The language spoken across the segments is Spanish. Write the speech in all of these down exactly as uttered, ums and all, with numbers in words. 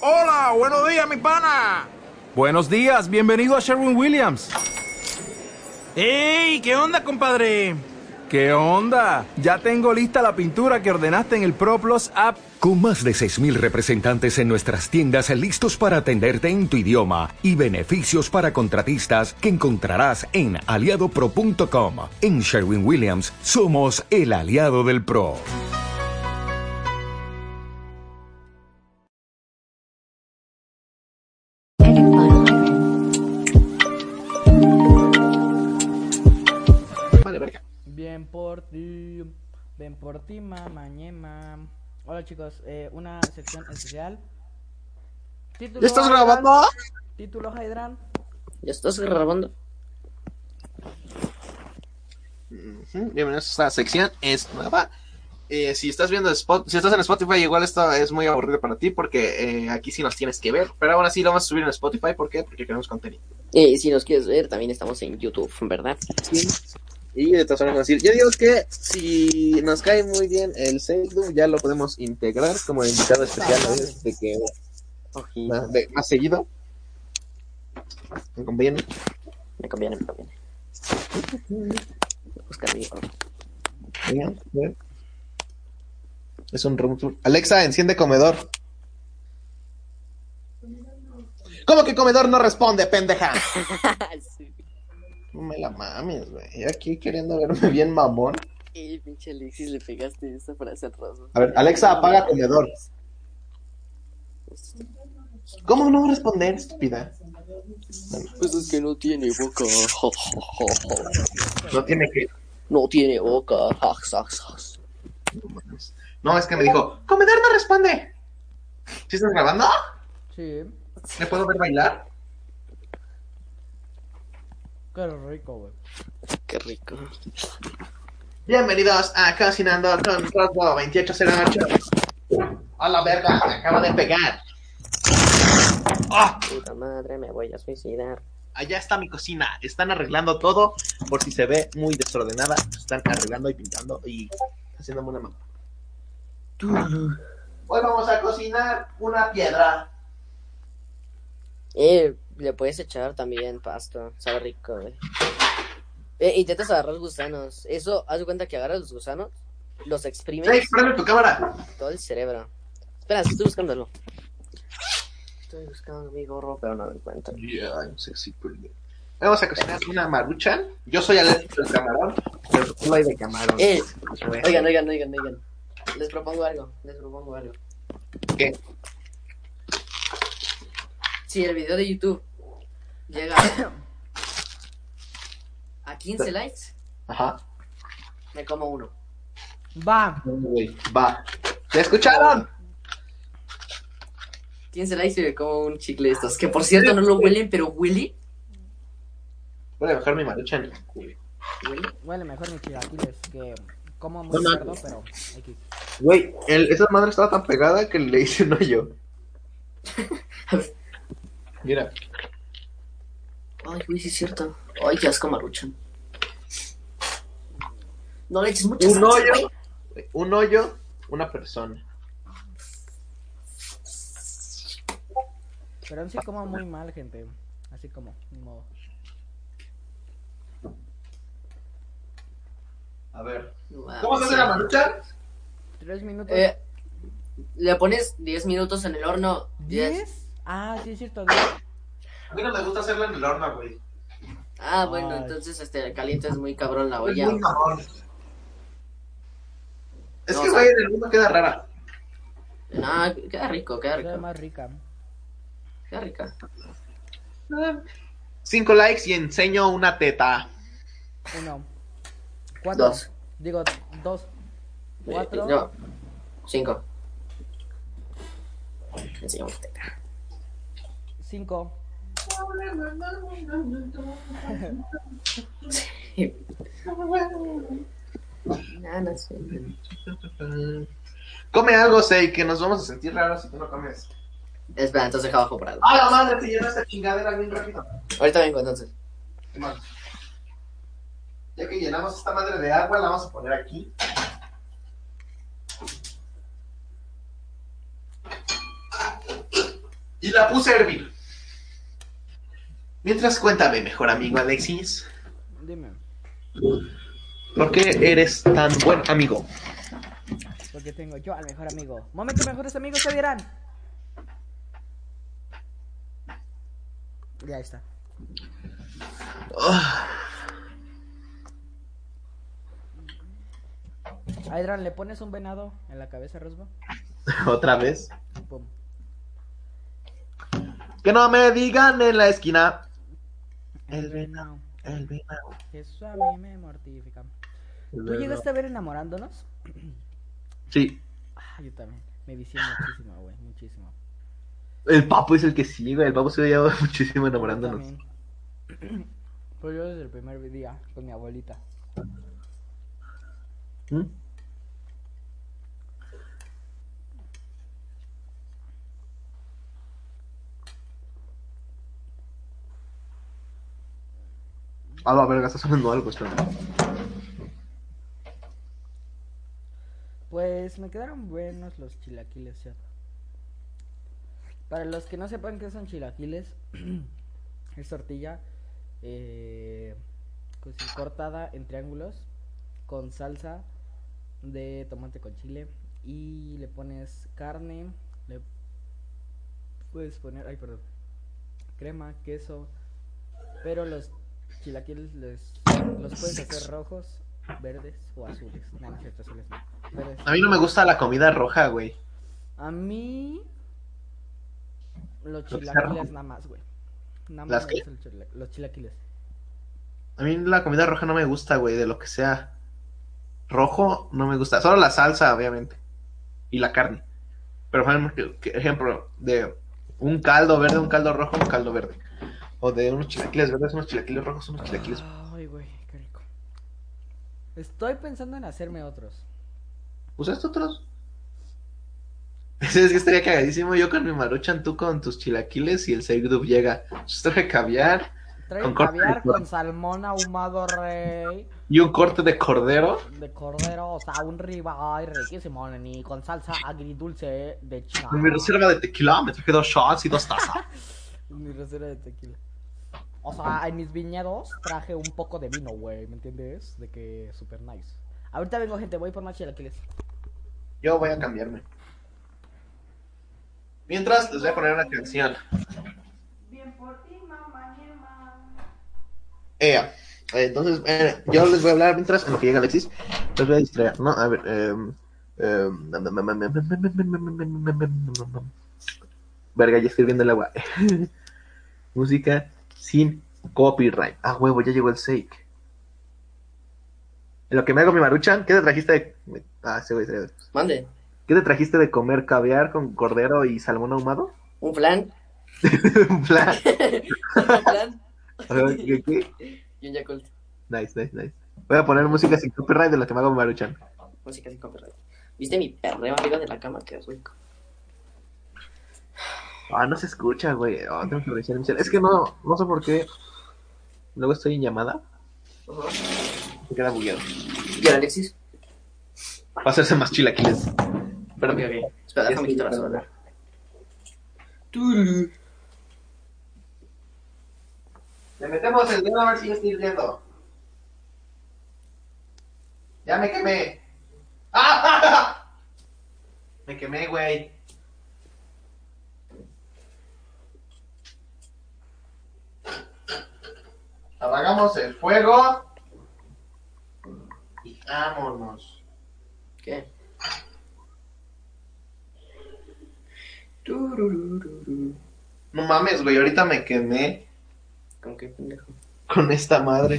Hola, buenos días, mi pana. Buenos días, bienvenido a Sherwin-Williams. ¡Ey! ¿Qué onda, compadre? ¿Qué onda? Ya tengo lista la pintura que ordenaste en el ProPlus app. Con más de seis mil representantes en nuestras tiendas listos para atenderte en tu idioma y beneficios para contratistas que encontrarás en aliado pro punto com. En Sherwin-Williams somos el aliado del pro. Vale, verga. Bien por ti, ven por ti, mamañema. Hola chicos, eh, una sección especial. Título ¿Ya estás Hydran. grabando? Título Hydran. ¿Ya estás grabando? Uh-huh. Bienvenidos a esta sección, es nueva. Eh, si estás viendo Spot, si estás en Spotify, igual esto es muy aburrido para ti porque eh, aquí sí nos tienes que ver. Pero aún así lo vamos a subir en Spotify. ¿Por qué? Porque queremos contenido. Y si nos quieres ver, también estamos en YouTube, ¿verdad? Sí. Y de todas formas decir, yo digo que si nos cae muy bien el Seidu, ya lo podemos integrar como invitado especial de que Okay. más, de, más seguido. ¿Me conviene? Me conviene, me conviene. Buscar mi... Venga, a ver. Es un room tour. Alexa, enciende comedor. ¿Cómo que comedor no responde, pendeja? Sí. No me la mames, güey. Yo aquí queriendo verme bien mamón. Y pinche Alexis, le pegaste esa frase rosa. A ver, Alexa, apaga comedor. ¿Cómo no va a responder, estúpida? Bueno, Pues es que no tiene boca. no tiene que... No tiene boca. No, es que me dijo, comedor no responde. ¿Sí estás grabando? Sí, ¿Me puedo ver bailar? qué rico, güey. Qué rico. Bienvenidos a Cocinando con Rosbo veintiocho cero ocho. A la verga, me acabo de pegar. ¡Ah! Puta madre, me voy a suicidar. Allá está mi cocina. Están arreglando todo. Por si se ve muy desordenada, están arreglando y pintando y haciéndome una mapa. Hoy vamos a cocinar una piedra. Eh, le puedes echar también pasto. Sabe rico, güey. Eh, intentas agarrar los gusanos. Eso, haz de cuenta que agarras los gusanos, los exprimes. ¡Ey, prende tu cámara! Todo el cerebro. Espera, estoy buscándolo. Estoy buscando mi gorro, pero no lo encuentro. Yeah, I'm sexy pretty. Vamos a cocinar una maruchan. Yo soy alérgico al camarón, pero tú hay de camarón. Eh, oigan, oigan, oigan, oigan. Les propongo algo, les propongo algo. ¿Qué? Si el video de YouTube llega a quince likes, Ajá. me como uno. Va. Güey, va. ¿Te escucharon? quince likes y me como un chicle de estos. Que por cierto no lo huelen, pero huele. Voy a bajar mi maruchan. ¿Huele? Huele mejor mis chilaquiles que como muy No, no. cerdo, pero X. Güey, el- esa madre estaba tan pegada que le hice un hoyo. Mira. Ay, güey, sí es cierto. Ay, qué asco, Maruchan. No le eches mucha Un salsa, hoyo. güey. Un hoyo, una persona. Pero en sí como muy mal, gente. Así como, ni modo. A ver. Wow, ¿Cómo se hace sí. la maruchan? Tres minutos. Eh, le pones diez minutos en el horno. diez. ¿Diez? Ah, sí es cierto, diez. A mí no me gusta hacerla en el horno, güey. Ah, bueno, Ay. entonces este calientas muy cabrón la Es olla. muy marrón. Es No, que, o sea- güey, en el mundo queda rara. Ah, queda rico, queda Sabe rico. más rica. Queda rica. Cinco likes y enseño una teta. Uno. Cuatro. Dos. Digo, dos. Cuatro. No. Cinco. Enseñamos teta. Cinco. No, no sé. Come algo, Sei, que nos vamos a sentir raros si tú no comes. Espera, entonces deja abajo por algo. ¡Ah, la madre! Se llenó esta chingadera bien rápido. Ahorita vengo entonces. Bueno, ya que llenamos esta madre de agua, la vamos a poner aquí. y la puse a hervir. Mientras, cuéntame, mejor amigo Alexis, Dime, ¿por qué eres tan buen amigo? porque tengo yo al mejor amigo. Momento, mejores amigos se dirán. Ya está. Aydran, ¿le pones un venado en la cabeza, Rosbo? Otra vez. Pum. Que no me digan en la esquina. El venado. El venado. Eso a mí me mortifica. ¿Tú llegaste a ver Enamorándonos? Sí. Ah, yo también. Me vicié muchísimo, güey. Muchísimo. El papo es el que sí, güey. El papo se veía muchísimo enamorándonos. Yo también. Pues yo desde el primer día con mi abuelita. ¿Mm? Ah, a ver, está sonando algo, espera. Pues me quedaron buenos los chilaquiles, ¿cierto? Para los que no sepan qué son chilaquiles, es tortilla eh, pues, cortada en triángulos con salsa de tomate con chile y le pones carne, le puedes poner, ay perdón, crema, queso, pero los chilaquiles les, los puedes hacer rojos, verdes o azules. No, no es cierto, azules no. Verdes. A mí no me gusta la comida roja, güey. A mí los que sea chilaquiles rojo. nada más, güey. Nada ¿Las más me qué? gustan los chila- los chilaquiles. A mí la comida roja no me gusta, güey, de lo que sea. Rojo no me gusta. Solo la salsa, obviamente. Y la carne. Pero, por ejemplo, que- ejemplo, de un caldo verde, un caldo rojo, un caldo verde. O de unos chilaquiles verdes, unos chilaquiles rojos, unos chilaquiles. Ay, güey, qué rico. Estoy pensando en hacerme otros. ¿Usaste otros? Es que estaría cagadísimo yo con mi maruchan, tú con tus chilaquiles y el Seigdub llega. Yo traje caviar Trae Con corte caviar de- con salmón ahumado, rey. y un corte de cordero. De cordero, o sea, un ribeye riquísimo, neni, con salsa agridulce de chica. En mi reserva de tequila me traje dos shots y dos tazas. Mi reserva de tequila. O sea, en mis viñedos traje un poco de vino, güey, ¿me entiendes? De que super nice. Ahorita vengo, gente, voy por más chilaquiles. Yo voy a cambiarme. Mientras les voy a poner una canción. Bien por ti, mamá, ñema. Eh, eh, entonces, eh, yo les voy a hablar mientras en lo que llega Alexis. Les voy a distraer, ¿no? A ver. Eh, eh, verga, ya estoy viendo el agua. Música sin copyright. Ah, huevo, ya llegó el Seik. En lo que me hago mi maruchan, ¿qué te trajiste de... Ah, ese güey. ese- Mande. ¿Qué te trajiste de comer caviar con cordero y salmón ahumado? Un flan. Un plan. Un flan. A ver, ¿qué, qué? Y un Yakult. Nice, nice, nice. Voy a poner música sin copyright de lo que me hago mi maruchan. Música sin copyright. ¿Viste mi perreo arriba de la cama? Qué rico. Ah, no se escucha, güey. Oh, tengo que reiniciar mi cel. Es que no, no sé por qué. Luego estoy en llamada. Ajá. Me queda bugueado. ¿Y el Alexis? Va a hacerse más chilaquiles. Pero ok, ok. Espera, déjame quitar la sola. Le metemos el dedo a ver si ya estoy hirviendo. Ya me quemé. ¡Ah! Me quemé, güey. Apagamos el fuego. Y vámonos. ¿Qué? Tururururu. No mames, güey. Ahorita me quemé ¿Con qué pendejo? con esta madre.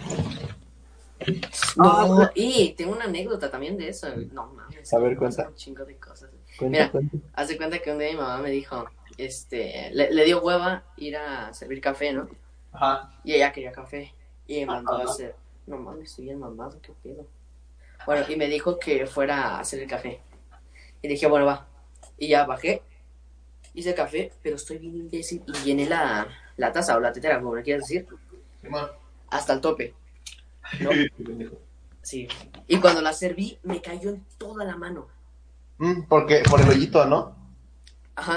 No, y tengo una anécdota también de eso. No mames. A ver, me pasan cuenta. Un chingo de cosas. Cuenta, Mira, cuenta. haz de cuenta que un día mi mamá me dijo, este, le, le dio hueva ir a servir café, ¿no? Ajá. Y ella quería café. Y me mandó a Ajá. hacer, no mames, estoy bien mamado, qué pedo. Bueno, y me dijo que fuera a hacer el café. Y dije, bueno, va. Y ya bajé, hice café, pero estoy bien imbécil y llené la, la taza o la tetera, como le quieras decir, Simón. hasta el tope. ¿No? Pendejo. Sí. Y cuando la serví, me cayó en toda la mano. Mm, porque por el hoyito, ¿no? Ajá.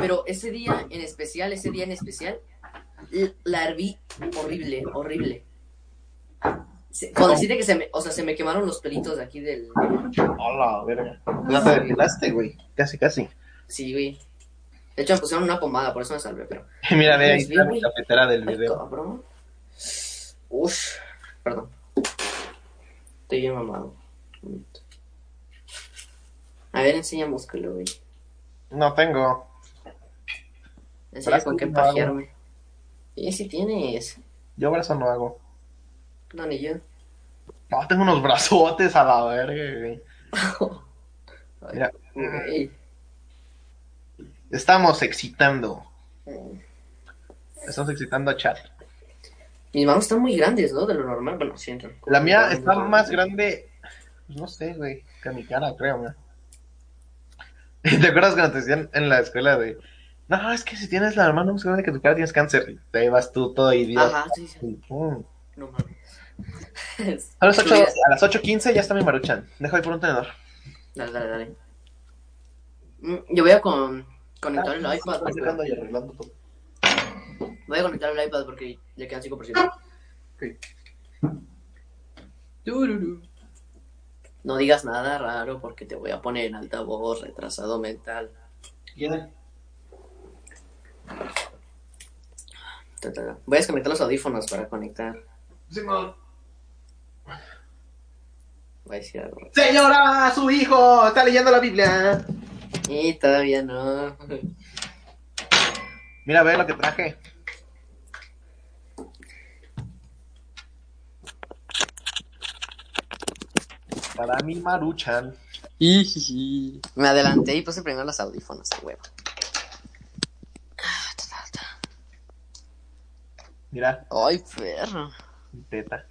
pero ese día en especial, ese día en especial, l- la herví horrible, horrible. Se- Con decirte que se me, o sea, se me quemaron los pelitos de aquí del... Hola, verga. Ya te depilaste, güey. Casi, casi. Sí, güey. De hecho me pusieron una pomada, por eso me salvé, pero... Mira, ve, ahí Ay, está mi güey. cafetera del Ay, video. cabrón. Ush, perdón. Estoy bien mamado. Un momento. A ver, enseña músculo, güey. No tengo. Enseña Brazo con qué no hago. pajearme. Y si tienes. Yo brazo no hago. No, ni yo. No, tengo unos brazotes a la verga, güey. Ay, Mira, güey. estamos excitando. Estamos excitando a chat. Mis manos están muy grandes, ¿no? De lo normal. Bueno, sí, entran. La mía está más grande, pues no sé, güey, que mi cara, creo, güey. ¿Te acuerdas cuando te decían en la escuela de, no, es que si tienes la mano más grande que tu cara tienes cáncer? Y te vas tú todo idiota. Ajá, sí, sí. Y, pum. No mames. A las ocho, Subida. a las ocho quince ya está mi Maruchan. Dejo ahí por un tenedor. Dale, dale, dale. Mm, Yo voy a con... conectar el iPad. Estoy Porque... sacando y arreglando todo. Voy a conectar el iPad porque le quedan cinco por ciento. Ok. Tururú. No digas nada raro porque te voy a poner en altavoz, retrasado mental. Ya. Ta, ta, ta. Voy a desconectar los audífonos para conectar. Simón. Voy a decir algo. Señora, su hijo está leyendo la Biblia. Y todavía no. Mira, ve lo que traje. Para mi Maruchan. Me adelanté y puse primero los audífonos, de huevo. Ah, ta, ta, ta. Mira, Ay, perro. mi teta.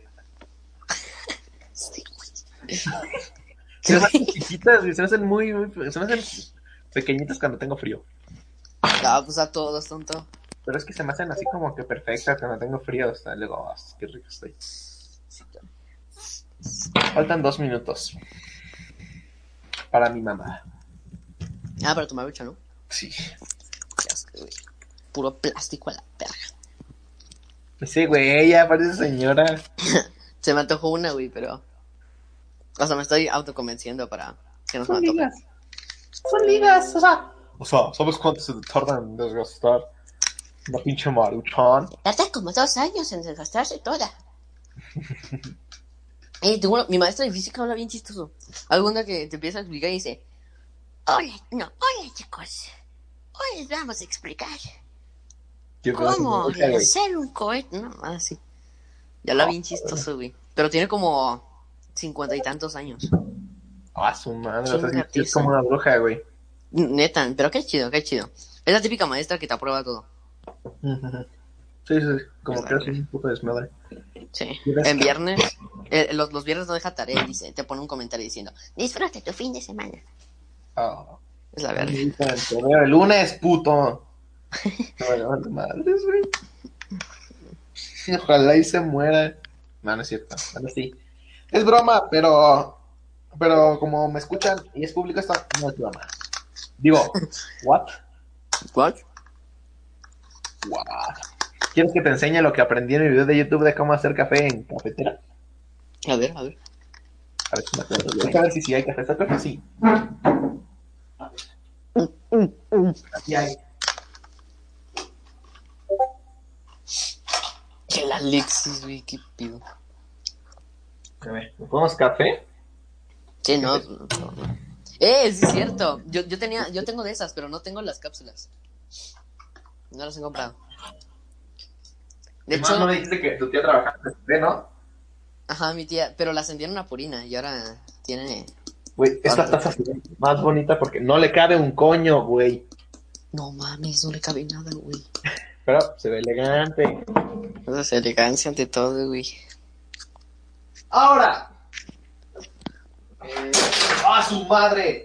Sí, güey. Se me hacen chiquitas, güey, se me hacen muy, muy, se me hacen pequeñitas cuando tengo frío. Ah, pues a todos, tonto. Pero es que se me hacen así como que perfectas cuando tengo frío. O sea, luego, oh, qué rico estoy. Sí, claro. Faltan dos minutos. Para mi mamá. Ah, para tu marucha, ¿no? Sí. Qué asco, güey. Puro plástico a la verga. Sí, güey, ya parece señora. Se me antojó una, güey, pero... O sea, me estoy autoconvenciendo para que no se me antoje. Son ligas, o sea. O sea, ¿sabes cuánto se tarda en desgastar una pinche Maruchan? Tarda como dos años en desgastarse toda. Eh, tengo una- mi maestra de física habla bien chistoso. Alguna que te empieza a explicar y dice: Hola, no, hola chicos. Hoy les vamos a explicar ¿Qué pedazo de cómo Maruchan, güey? hacer un cohete. No, así. Ya habla bien chistoso, güey. Pero tiene como cincuenta y tantos años. Ah, su madre, o sea, sí, Chingate sí es como una bruja, güey. Neta, pero qué chido, qué chido. Es la típica maestra que te aprueba todo. Ujú. Sí, sí, sí, como que hace un puto desmadre. Sí. ¿Quieres En que- viernes, eh, los, los viernes no deja tarea y dice, te pone un comentario diciendo: disfruta tu fin de semana. Ah, Es la verga. te veo el lunes, puto. No me vale madres, güey. Ojalá y se muera. No, no es cierto. Bueno, sí. Es broma, pero. Pero como me escuchan y es público esto, no es broma. Digo, ¿what? ¿What? What? ¿Quieres que te enseñe lo que aprendí en mi video de YouTube de cómo hacer café en cafetera? A ver, a ver. A ver si me acuerdo. Deja ver si sí hay café. Creo que sí. Aquí hay. El Alexis, güey, qué pido. A ver, ¿nos ponemos café? Sí, no, no, no. Eh, sí es cierto. Yo, yo tenía, yo tengo de esas, pero no tengo las cápsulas. No las he comprado. De Además, no hecho, me dijiste que tu tía trabajaba en café, ¿no? ajá, mi tía, pero las vendieron a Purina y ahora tiene... Güey, esta taza se ve más bonita porque no le cabe un coño, güey. No mames, no le cabe nada, güey. Pero se ve elegante. Esa es elegancia ante todo, güey. Ahora. Eh, ¡Ah, su madre!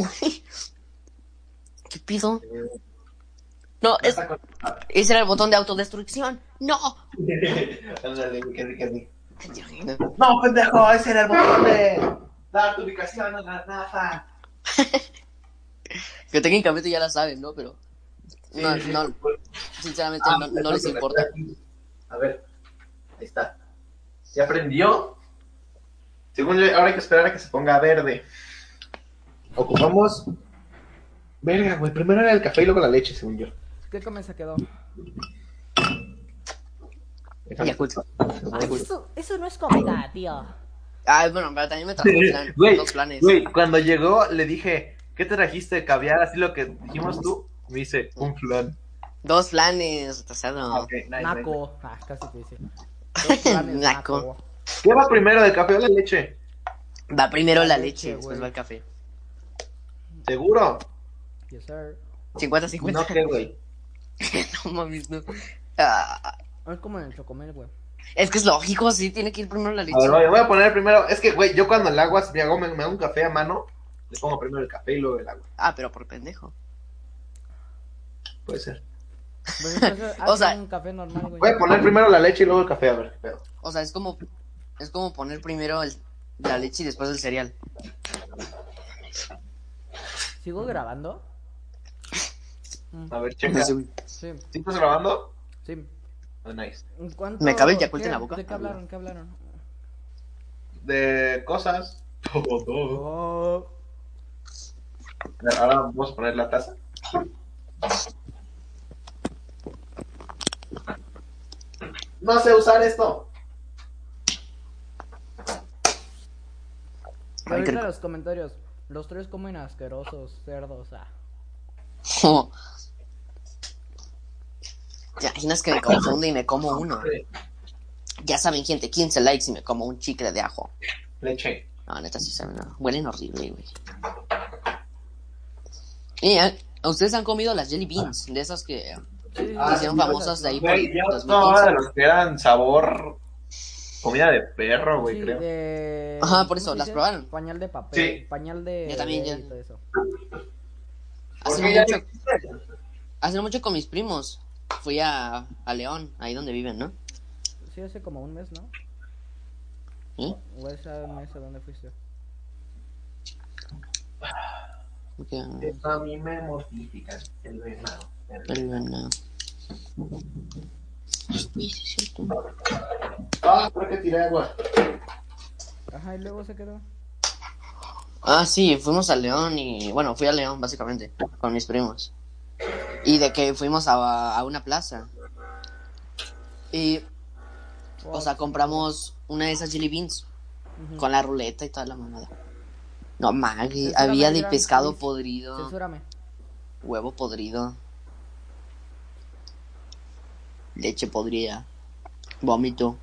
¿Qué pido? No, es, Está con- ese era el botón de autodestrucción. ¡No! Ándale, ¿qué, qué, qué? No, pendejo, ese era el botón de dar tu ubicación a la NASA. Que técnicamente ya la saben, ¿no? Pero No, Sí, sí, no, pues. sinceramente Ah, no, no perfecto, les importa. aquí. A ver, ahí está. ¿Ya prendió? Según yo, ahora hay que esperar a que se ponga verde. Ocupamos. Verga, güey. Primero era el café y luego la leche, según yo. ¿Qué come se quedó? Déjame- Yakult. Ay, eso, eso no es comida, tío. Ah, bueno, pero también me trajo un flan, Güey, dos flanes. güey, cuando llegó le dije, ¿qué te trajiste? ¿Caviar? Así lo que dijimos tú. Me dice, un flan. Dos flanes, retrasado. Ok, nice, nice. Naco. Ah, casi te dice. Dos planes Naco. naco. ¿Qué va primero, el café o la leche? Va primero la La leche, leche, después güey. va el café. ¿Seguro? Yes, sir. cincuenta cincuenta. No, ¿qué, güey? No mames, no. Ah, Es como en el chocomel, güey. es que es lógico, sí, tiene que ir primero la leche. A ver, voy, voy a poner primero. Es que, güey, yo cuando el agua me hago, me, me hago un café a mano, le pongo primero el café y luego el agua. Ah, pero por pendejo. Puede ser. Pues entonces, O haz sea- un café normal, güey. Voy a poner primero la leche y luego el café, a ver qué pedo. O sea, es como es como poner primero el- la leche y después el cereal. ¿Sigo grabando? A ver, checa. Sí, güey. Sí, ¿Sí estás grabando? sí. Oh, nice. ¿Cuánto- Me cabe el Yakult qué- en la boca. ¿De qué hablaron? ¿Qué hablaron? De cosas. Todo, todo. Oh, A ver, ahora vamos a poner la taza. No sé usar esto. pero Ay, qué ahorita rico. los comentarios. Los tres comen asquerosos, cerdos, ah. Oh. ¿Te imaginas que me confunde y me como uno? Ya saben, gente, quince likes y me como un chicle de ajo. Leche. No, neta, sí saben, no. Huelen horrible, güey. Y, ¿eh? ¿Ustedes han comido las jelly beans? De esas que Sí, Ah, hicieron sí, famosas de ahí por Güey, yo dos mil no, quince. de los que eran sabor. Comida de perro, güey, sí, creo. de... Ajá, por ¿cómo eso, se las dice? probaron. Pañal de papel, Sí. pañal de... Yo también, bebé ya. y todo eso. Hace Porque ya mucho, no existe. hace mucho con mis primos. Fui a, a León, ahí donde viven, ¿no? Sí, hace como un mes, ¿no? ¿Sí? O ese mes a dónde fuiste. Porque, Eso a mí me mortifica el venado. pero bueno. Uy, sí es cierto. Ah, creo que tiré agua. Ajá, y luego se quedó. Ah, sí, fuimos a León y... Bueno, fui a León, básicamente, con mis primos. Y de que fuimos a, a una plaza. Y, o sea, compramos una de esas jelly beans Ujú. con la ruleta y toda la mamada. No mames, Censúrame, había de gran pescado Luis. podrido, Censúrame. huevo podrido, leche podrida, vómito.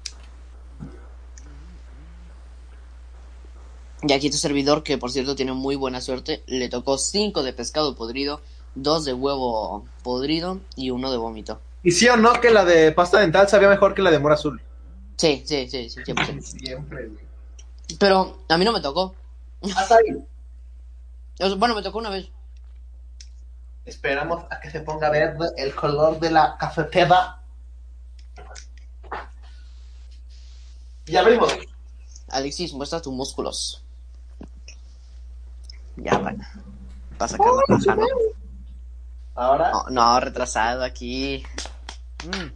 Y aquí tu servidor, que por cierto tiene muy buena suerte, le tocó cinco de pescado podrido, dos de huevo podrido y uno de vómito. ¿Y sí o no que la de pasta dental sabía mejor que la de mora azul? Sí, sí, sí, sí, siempre, siempre. Siempre, güey. Pero a mí no me tocó. Hasta ahí. O sea, bueno, me tocó una vez. Esperamos a que se ponga verde el color de la cafetera. Y abrimos. Alexis, muestra tus músculos. Ya, para, para sacar la paja, ¿no? Ahora. No, no, retrasado aquí. Mm.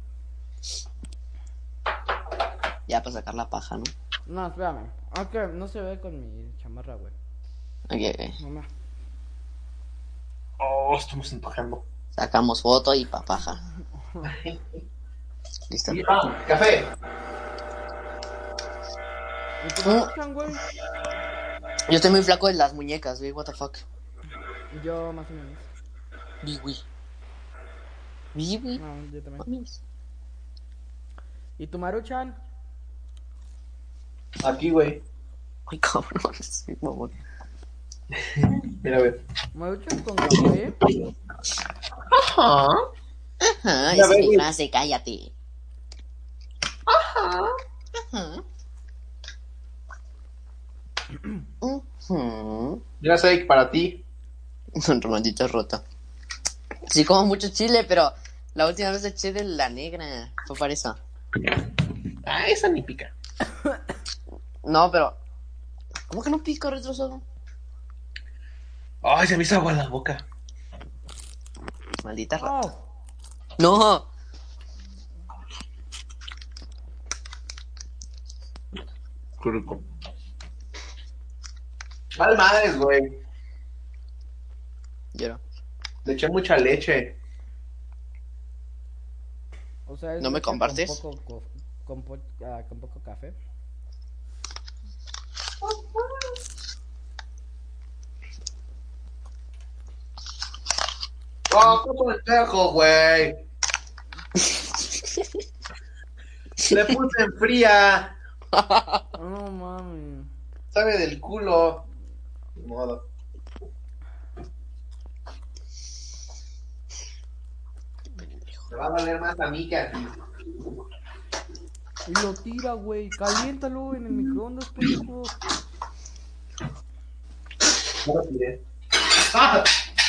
Ya para sacar la paja, ¿no? No, espérame. Aunque no se ve con mi chamarra, güey. Ok, ok. Mamá. Oh, estamos empujando. Sacamos foto y pa' paja. Listo. Ah, café. ¿Y tu Mm. maruchan, güey? Yo estoy muy flaco de las muñecas, güey, what the fuck. Yo más o menos. Vi, güey. Vi, güey. No, yo también. Mames. ¿Y tu maruchan? Aquí, güey. Ay, cabrón. Sí, mamón. Mira, a ver. ¿Maruchan con café? Ajá, Ya esa es ves, mi güey. frase, cállate. Ajá. Ajá. Ujú. Mira, Seik, para ti. Romantita rota. Sí como mucho chile, pero la última vez eché de la negra. Fue para eso. Ah, esa ni pica. No, pero... ¿Cómo que no pico, retrasado? Ay, se me hizo agua en la boca. Maldita rata. Oh, No. Qué rico. Vale madres, güey. Lloro. Le eché mucha leche. o sea, es ¿No me leche compartes? Con poco, co- con, po- ah, con poco café. ¡Oh, qué pendejo, güey! Le puse en fría. No mami. Sabe del culo. Ni modo. Me va a valer más a mí que a ti. Y lo tira, güey. Caliéntalo en el microondas, pendejo. No lo tiré. ¡Ah!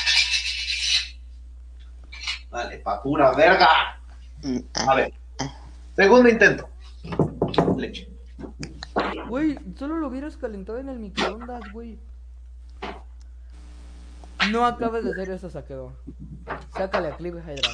Vale, pa' pura verga. Mm, A ah. ver. Segundo intento. Leche. Güey, solo lo hubieras calentado en el microondas, güey. No acabes de hacer eso, Saquedo. Sácale a Cliff Hydra.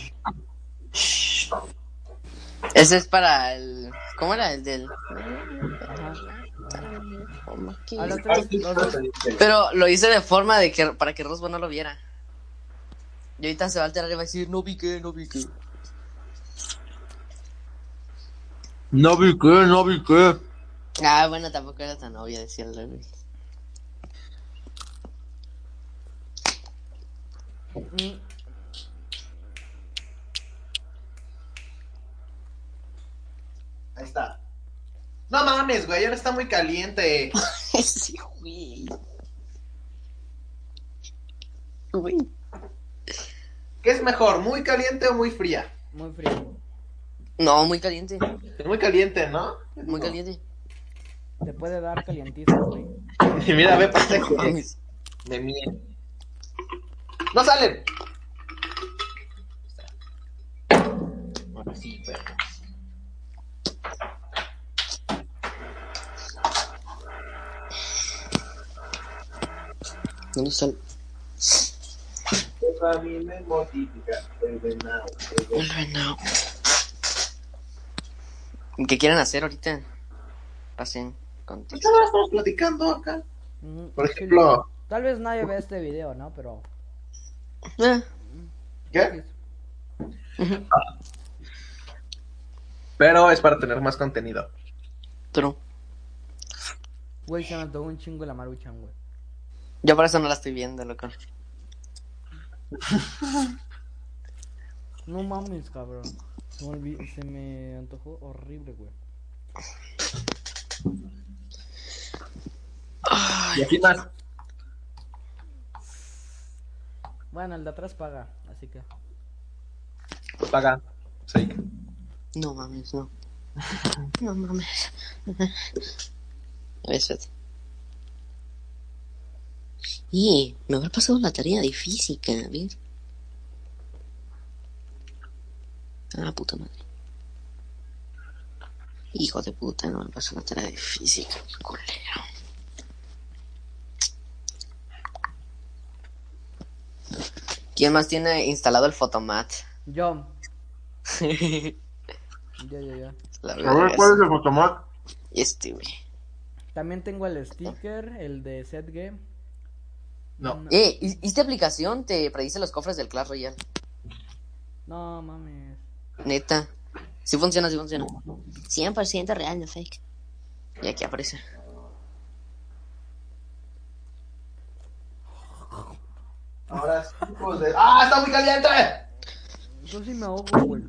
Ese es para el... ¿Cómo era? El del... Ajá. ¿Cómo que? A los tres, los dos. Pero lo hice de forma de que para que Rosbo no lo viera. Y ahorita se va a alterar y va a decir, no vi que, no vi que. No vi qué, no vi qué. Ah, bueno, tampoco era tan obvio decirlo, güey. Mm, Ahí está. No mames, güey, ahora está muy caliente. Sí, güey. Güey. ¿Qué es mejor, muy caliente o muy fría? muy frío. No, muy caliente. Es muy caliente, ¿no? Muy caliente. Te puede dar calientizo, güey. Y mira, ve, pendejo. Mames. De miel. ¡No salen! Ahora sí, pero... ¿Dónde está el... Eso a mí me mortifica. El venado. El el venado. venado? ¿Qué quieren hacer ahorita? Pasen contexto. Estamos platicando acá. Ujú. Por ejemplo... Tal vez nadie ve este video, ¿no? Pero. Ah, ¿Qué? Pero es para tener más contenido. pero Güey, se me antojó un chingo la Maruchan, güey. yo por eso no la estoy viendo, loco. No mames, cabrón. Se me, olvi- se me antojó horrible, güey. Y aquí más. Bueno, el de atrás paga, así que. Paga. Sí. No mames, no. No mames. A ver, espérate. Y me habrá pasado la tarea de física, a ver. Ah, puta madre. Hijo de puta, no me pasó la tarea de física, culero. ¿Quién más tiene instalado el Photomat? Yo. Ya, ya, ya. La A ver, verga, ¿cuál es el fotomat? este, güey. También tengo el sticker, el de SetGame. No. Eh, ¿y- ¿y esta aplicación te predice los cofres del Clash Royale? No mames. Neta. Sí funciona, sí funciona. cien por ciento real, no fake. Y aquí aparece. Ahora sí, hijos de... ¡Ah, está muy caliente! Yo sí me ahogo, güey.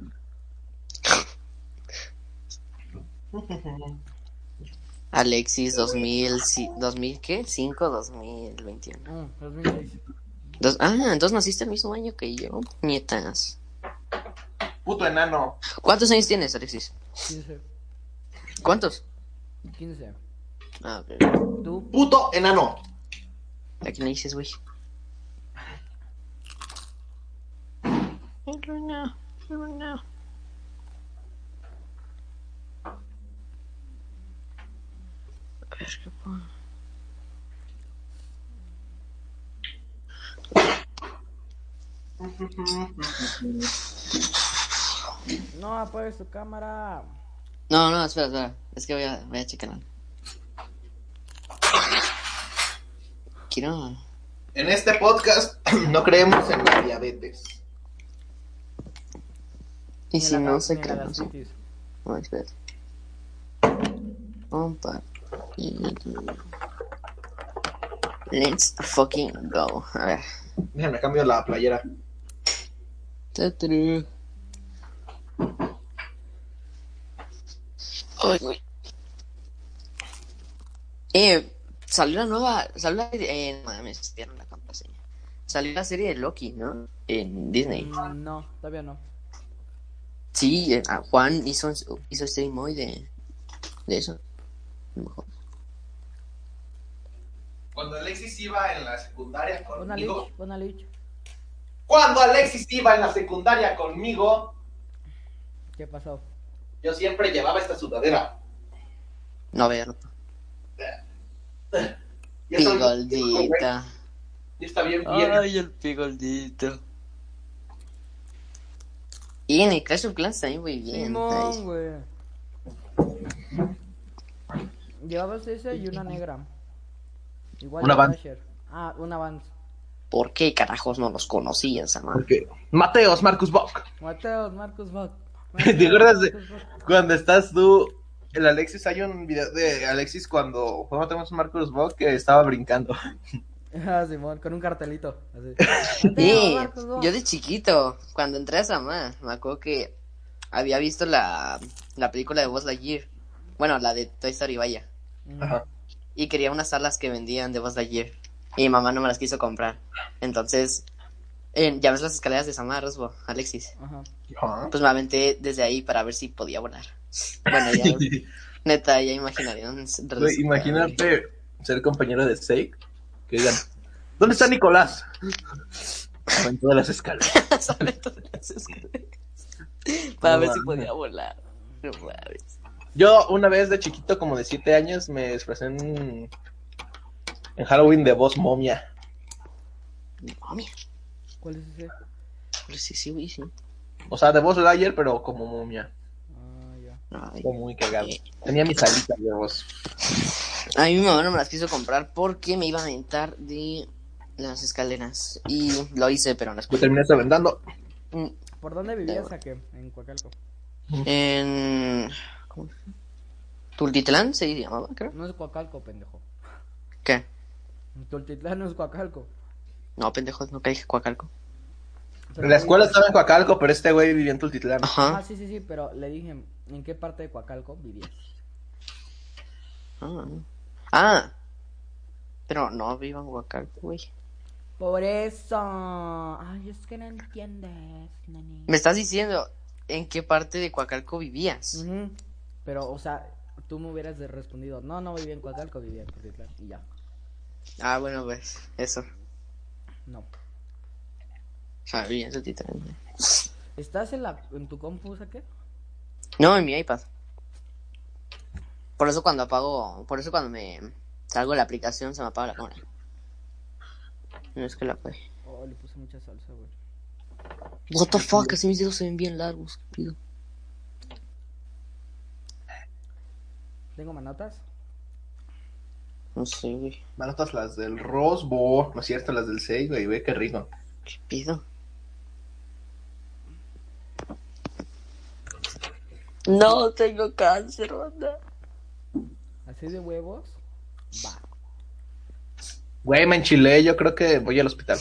Alexis dos mil, sí, dos mil, ¿qué? cinco, dos mil veintiuno. Ah, dos mil seis. Dos, ah, entonces naciste el mismo año que yo. Nietas. Puto enano. ¿Cuántos años tienes, Alexis? quince. ¿Cuántos? quince. A ver. ¿Tú? Puto enano. ¿A quién le dices, güey? No, no. A ver, ¿qué pongo? No apagues tu cámara. No, no, espera, espera. Es que voy a, voy a checarla. Quiero... En este podcast no creemos en la diabetes. Y Ni si la no ga- se ni la cree. gastritis. No, espera. Compa. Let's fucking go. A ver. Déjame cambio la playera. Tatru. Ay, güey. Eh, salió la nueva. Salió la. Eh, mames, dieron la contraseña. Salió la serie de Loki, ¿no? En Disney. Mm, no, todavía no. Sí, eh, a Juan hizo, hizo stream hoy de. De eso. A lo mejor. Cuando Alexis iba en la secundaria Pon a conmigo. Lich, pon a Lich. Cuando Alexis iba en la secundaria conmigo, ¿Qué pasó? yo siempre llevaba esta sudadera. No verlo. Y está bien- Pigoldita. y está bien bien. Ay, el pigoldito. Y en el Clash of Clans también muy bien. Simón, güey. Llevabas ese y una negra. Igual Una de Vans. Thrasher. Ah, una Vans. ¿Por qué carajos no los conocían, Samar? Porque Mateos, Marcus Bock. Mateos, Marcus Buck. ¿Te acuerdas de cuando estás tú, el Alexis? Hay un video de Alexis cuando fue Mateos Marcus Bock que estaba brincando. Ah, Simón, con un cartelito. Así. Sí, Mateos, Marcus Buck. yo de chiquito, cuando entré a Samar, me acuerdo que había visto la, la película de Buzz Lightyear. Bueno, la de Toy Story, vaya. Mm. Ajá. Y quería unas alas que vendían de Buzz Lightyear. Y mi mamá no me las quiso comprar. Entonces, eh, ya ves las escaleras de Samar, Rosbo, Alexis. Ajá. Ajá. Pues me aventé desde ahí para ver si podía volar. Bueno, ya, neta, ya imaginarían. Güey, imagínate ser compañero de Sake que digan, ¿dónde está Nicolás? En todas las escaleras. Sobre todas las escaleras. Para No ver si mames. podía volar. No mames. Yo una vez de chiquito, como de siete años, me disfrazé en, en Halloween de voz momia. Mami. ¿Cuál es ese? Pues sí, sí, güey, sí. O sea, de voz Lightyear, pero como momia. Ah, ya. Ay. Estuvo muy cagado. Tenía mis alitas de voz. A mí mi mamá no me las quiso comprar porque me iba a aventar de las escaleras. Y lo hice, pero no Yo después. terminé aventando. ¿Por dónde vivías aquí? En Coacalco. En. ¿Cómo? Tultitlán se llamaba, creo. No es Coacalco, pendejo. ¿Qué? Tultitlán no es Coacalco. No, pendejo, no dije Coacalco. Pero La le escuela dije- estaba en Coacalco, pero este güey vivía en Tultitlán. Ajá. Ah, sí, sí, sí, pero le dije, ¿en qué parte de Coacalco vivías? Ah. Ah. Pero no vivo en Coacalco, güey. Por eso. Ay, es que no entiendes, nani. Me estás diciendo en qué parte de Coacalco vivías. Ujú. Pero, o sea, tú me hubieras de- respondido, no, no vivía en Coacalco, vivía en Tultitlán. Y ya. Ah, bueno, pues, eso. No. Sabía ese título. ¿Estás en, la, en tu compu, qué? No, en mi iPad. Por eso cuando apago, por eso cuando me salgo de la aplicación se me apaga la cámara. No es que la apague. Oh, le puse mucha salsa, güey. What the fuck, así mis dedos se ven bien largos, ¿qué pido? ¿Tengo manotas? No sé, güey, Manotas las del Rosbo, no es cierto, las del Sake, güey, ve qué rico. ¿qué pido? No tengo cáncer, banda. ¿Así de huevos? Va. Güey, me enchilé, yo creo que voy al hospital.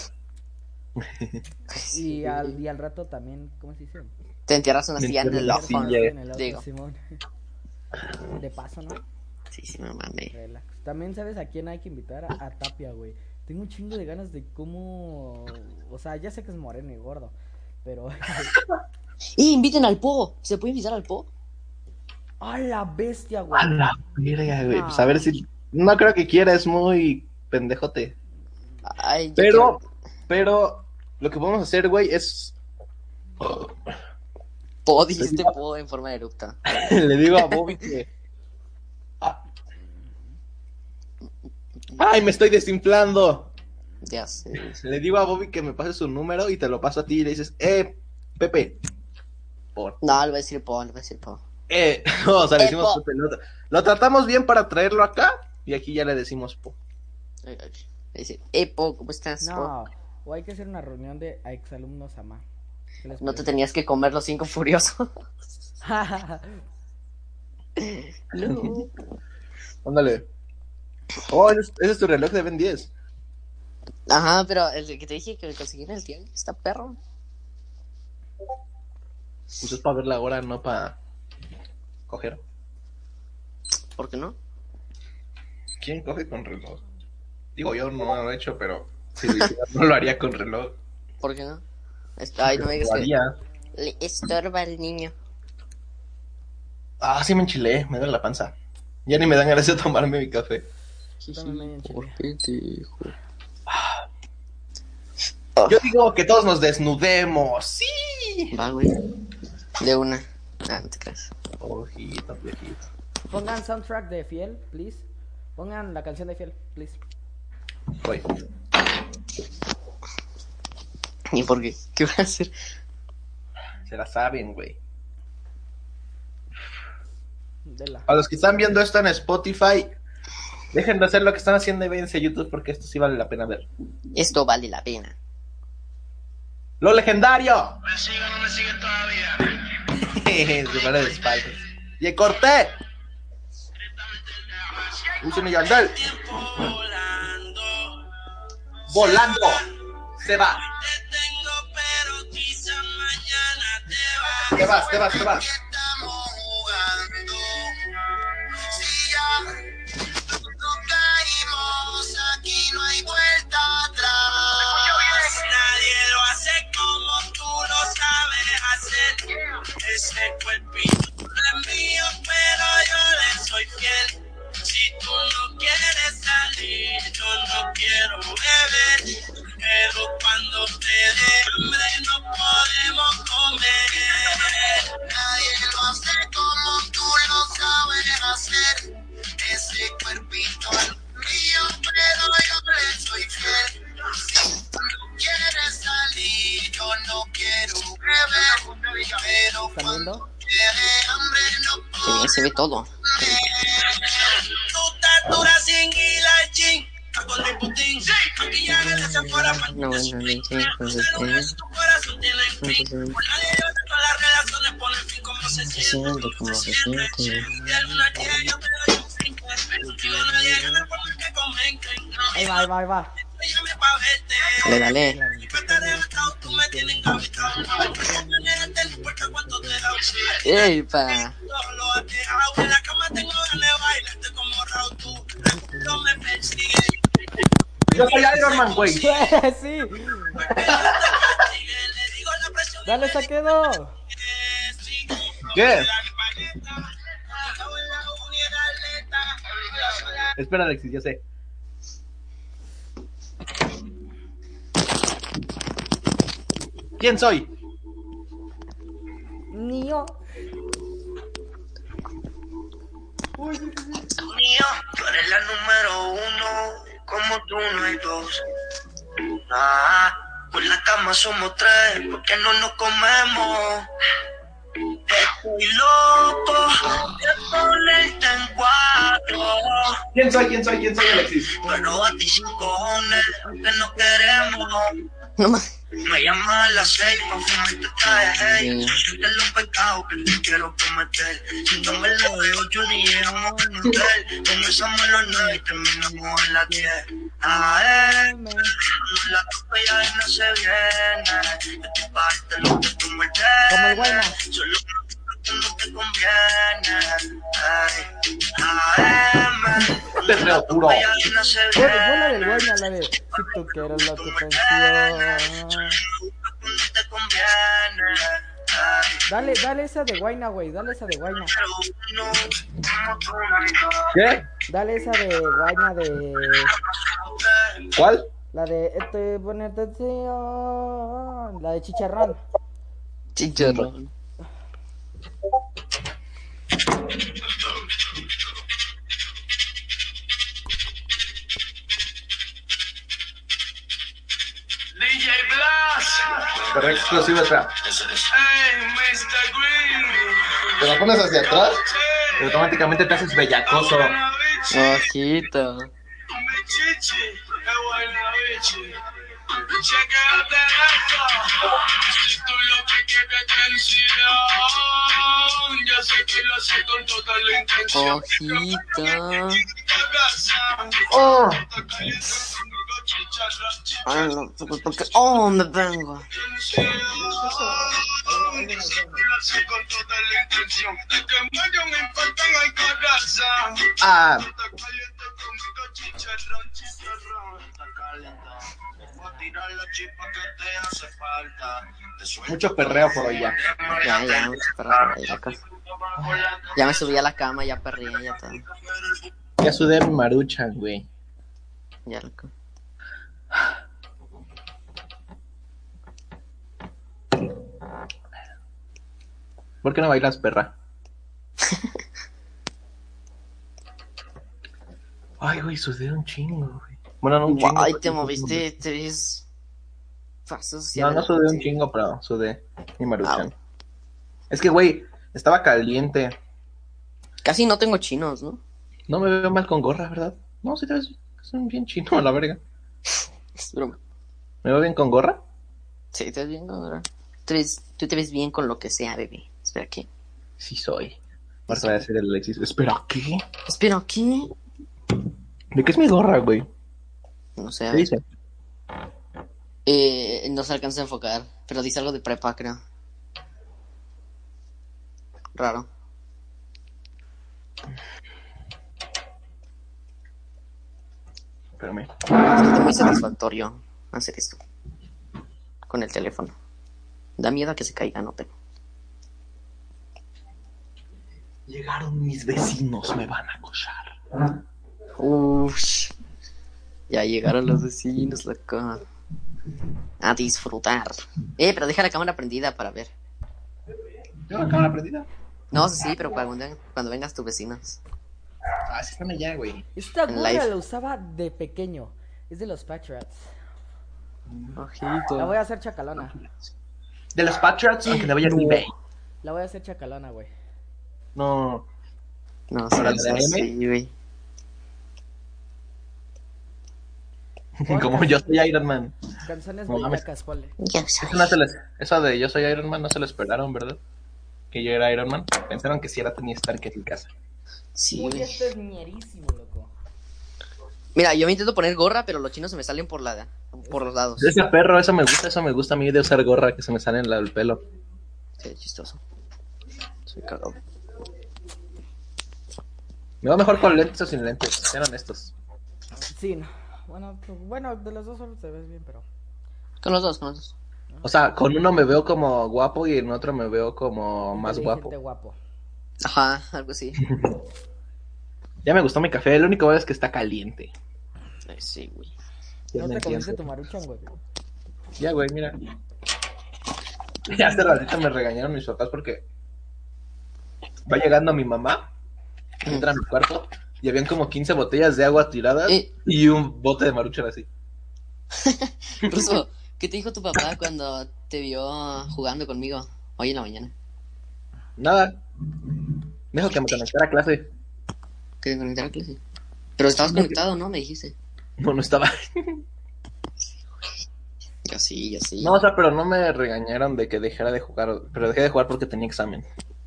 Y al, y al rato también, ¿cómo se dice? Te entierras una silla en el La ojo. silla. En el otro, Digo. Simón. De paso, ¿no? Sí, sí, me mandé. Relax. También sabes a quién hay que invitar, a, a Tapia, güey. Tengo un chingo de ganas de cómo... O sea, ya sé que es moreno y gordo, pero... ¡Y inviten al Po! ¿Se puede invitar al Po? ¡A la bestia, güey! A la verga, güey. Pues a ver si. No creo que quiera, es muy pendejote. Ay, yo Pero, quiero- pero, lo que podemos hacer, güey, es. Po, dijiste Po en forma de erupta. Le digo a Bobby que. Ah. ¡Ay, me estoy desinflando! Ya sé. Le digo a Bobby que me pase su número y te lo paso a ti y le dices, eh, Pepe. Por. No, le voy a decir po, le voy a decir po. Eh, no, o sea, le Eh, decimos po. Pepe. Lo, lo tratamos bien para traerlo acá y aquí ya le decimos po. Ay, ay. Le dice, eh, po, ¿cómo estás? Po? No, o hay que hacer una reunión de exalumnos a más. No te tenías que comer los cinco furiosos. No. Ándale. Oh, ese es, ese es tu reloj de Ben diez. Ajá, pero el que te dije que me conseguí en el tianguis está perro. Pues es para ver la hora, no para coger. ¿Por qué no? ¿Quién coge con reloj? Digo, yo no lo he hecho, pero si lo hiciera, no lo haría con reloj. ¿Por qué no? Est- Ay, no me digas Lo que haría. le estorba al niño. Ah, sí me enchilé, me duele la panza. Ya ni me dan ganas de tomarme mi café. También me enchilé. ¿Por qué te dijo? Yo digo que todos nos desnudemos. ¡Sí! Va, güey. De una. Ah, no te creas. Ojito, viejito. Pongan soundtrack de Fiel, please. Pongan la canción de Fiel, please. Voy. ¿Y por qué? ¿Qué voy a hacer? Se la saben, güey. Dela. A los que están viendo esto en Spotify, dejen de hacer lo que están haciendo y váyanse a YouTube porque esto sí vale la pena ver. Esto vale la pena. ¡Lo legendario! ¿Me sigue o no me sigue todavía? Se vale de espaldas. ¡Y corté! Usen y Yandel. Volando. Se va. Te vas, te vas, te vas. Aquí no hay vuelta atrás. Nadie lo hace como tú lo sabes hacer. Ese cuerpito es mío, pero yo le soy fiel. Si tú no quieres salir, yo no quiero beber. Pero cuando te dé hambre no podemos comer. Nadie lo hace como tú lo sabes hacer. Ese cuerpito es mío, pero yo le soy fiel. Si tú no quieres salir, yo no quiero beber. Pero ¿Están cuando viendo? te dé hambre no Que podemos ahí se ve todo. tu estatura sin ir al gym. Con Liputín, maquillaje de Sephora para No, que no, te no, suplique. no, no, Hacer un no, beso, tu corazón tiene fin. no, no, Por la ley de todas las relaciones pone fin. ¿Cómo se siente? siente, cómo se siente. De luna a día yo te doy un cinco. Contigo nadie gana por más que comenten. Ahí va, ahí va, ahí va. Llame pa' verte. Dale, dale. Y pa' estar arrebatado, tú me tienes encabritado. No importa cuánto te da. ¡Ey, pa! Todo lo has dejado. En la cama tengo ganas de bailarte como Raúl. Tú no me persigues. Yo soy Iron Man, güey. Sí. Dale, Saquedo. ¿Qué? Espera, Alexis, ya sé. ¿Quién soy? Niño. Mío, tú eres la número uno, como tú no hay dos. Ah, por la cama somos tres, porque no nos comemos. Estoy loco de ponerte en cuatro, ¿Quién soy? ¿Quién soy? ¿Quién soy, Alexis? pero a ti sin cojones, que no queremos. No más. Me llamas a las seis pa' fumarte traje, hey. Siente los pecados que te quiero cometer. Siéntame los de ocho días, vamos a meter. Comenzamos a las nueve y terminamos a las diez. A M, la copa ya no se viene. Yo te parte lo que tú me Como el Guayna. des. Solo que no te conviene. Ay, A M, Te creo puro. ya no se Fue, fue la del viene. Guayna, la de si tú quieres lo que pensó. Te conviene. Ay, Dale, dale esa de Guayna, güey. Dale esa de Guayna. pero no, como tú no hay dos. ¿Qué? Dale esa de Guayna de. ¿Cuál? La de este pone atención. La de Chicharrón. Chicharrón. Perreo exclusivo, espera. Te lo pones hacia atrás y automáticamente te haces bellacoso. Ojito. Ojito. Oh. Ay, no, pues porque... Oh, me vengo. Ah. Mucho perreo por hoy ya. Ya, ya, mucho perreo, ya, loco. Ya me subí a la cama, ya perreé, ya todo. Ya sudé mi maruchan, güey. Ya, loco. ¿Por qué no bailas, perra? Ay, güey, sudé un chingo, güey. Bueno, no un chingo. Ay, te moviste, te ves... Pasos. No, no sudé un chingo, pero sudé mi maruchan. Es que, güey, estaba caliente. Casi no tengo chinos, ¿no? No me veo mal con gorra, ¿verdad? No, sí te ves bien chino a la verga. Es broma. ¿Me veo bien con gorra? Sí, te ves bien, ¿no? Tú, ves, tú te ves bien con lo que sea, bebé. Espera, ¿qué? Sí soy. Ahora voy a hacer el Alexis. Espera, ¿qué? Espera, ¿qué? ¿De qué es mi gorra, güey? No sé, a ¿Qué ver. dice? Eh, no se alcanza a enfocar, pero dice algo de prepa, creo. Raro. Espérame. Es muy satisfactorio hacer esto con el teléfono. Da miedo a que se caiga, no tengo. Llegaron mis vecinos, me van a acosar. Uff. Ya llegaron los vecinos, loco. A disfrutar. Eh, pero deja la cámara prendida para ver. ¿Tengo la cámara prendida? No, sí, pero cuando, cuando vengas tus vecinos. Ah, sí están allá, güey. Esta En gorra live. la usaba de pequeño. Es de los Patriots. Ojito. La voy a hacer chacalona. De los Patriots, aunque le vaya a eBay. La voy a hacer chacalona, güey. No. No, ¿Para sí, la de sí, M? sí, güey. Como yo soy Iron Man. Canciones No mames. bellacas, ponle. Ya Eso, sabes. no se les, eso de yo soy Iron Man no se lo esperaron, ¿verdad? Que yo era Iron Man. Pensaron que si era Tony Stark en mi casa. Sí, Uy, güey. esto es ñerísimo, loco. Mira, yo me intento poner gorra, pero los chinos se me salen por la por los lados. Ese perro, eso me gusta, eso me gusta a mí de usar gorra que se me sale en la- el pelo. Qué chistoso. Soy cagado. Me va mejor con lentes o sin lentes, sean honestos. Sí, no. Bueno, pues, bueno, de los dos solo te ves bien, pero... Con los dos, con los dos. O sea, con uno me veo como guapo y en otro me veo como más guapo. Inteligente, guapo. Ajá, algo así. Ya me gustó mi café, el único es que está caliente. Ay, sí, güey. Ya ¿No me te comiste entiendo. tu maruchan, güey? Ya, güey, mira. Ya hace ratito me regañaron mis papás porque va llegando mi mamá, entra a mi cuarto y habían como quince botellas de agua tiradas Eh. y un bote de maruchan así. Ruso, ¿qué te dijo tu papá cuando te vio jugando conmigo hoy en la mañana? Nada. Me dijo que me conectara a clase. Que te conectara a clase. Pero estabas conectado, ¿no? Me dijiste. No, no estaba. Yo sí, yo sí. No, o sea, pero no me regañaron de que dejara de jugar, pero dejé de jugar porque tenía examen.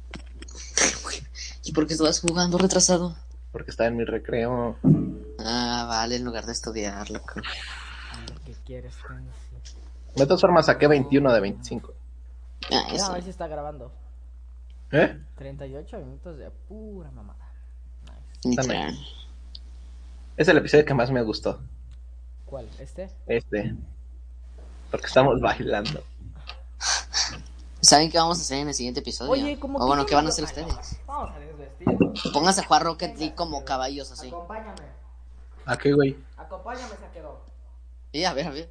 ¿Y por qué estabas jugando retrasado? Porque estaba en mi recreo. Ah, vale, en lugar de estudiar, loco. ¿Qué quieres? Tensi? De todas formas saqué veintiuno de veinticinco. Ah, Ya, eso. a ver si está grabando. ¿Eh? treinta y ocho minutos de pura mamada. Nice. Literal. Es el episodio que más me gustó. ¿Cuál? ¿Este? Este. Porque estamos bailando. ¿Saben qué vamos a hacer en el siguiente episodio? Oye, como O bueno, que- ¿qué van a hacer Ay, ustedes? no. Vamos a desvestir. Pónganse a jugar Rocket League como caballos así. Acompáñame. ¿A qué, güey? Acompáñame, se quedó. Y a ver, a ver.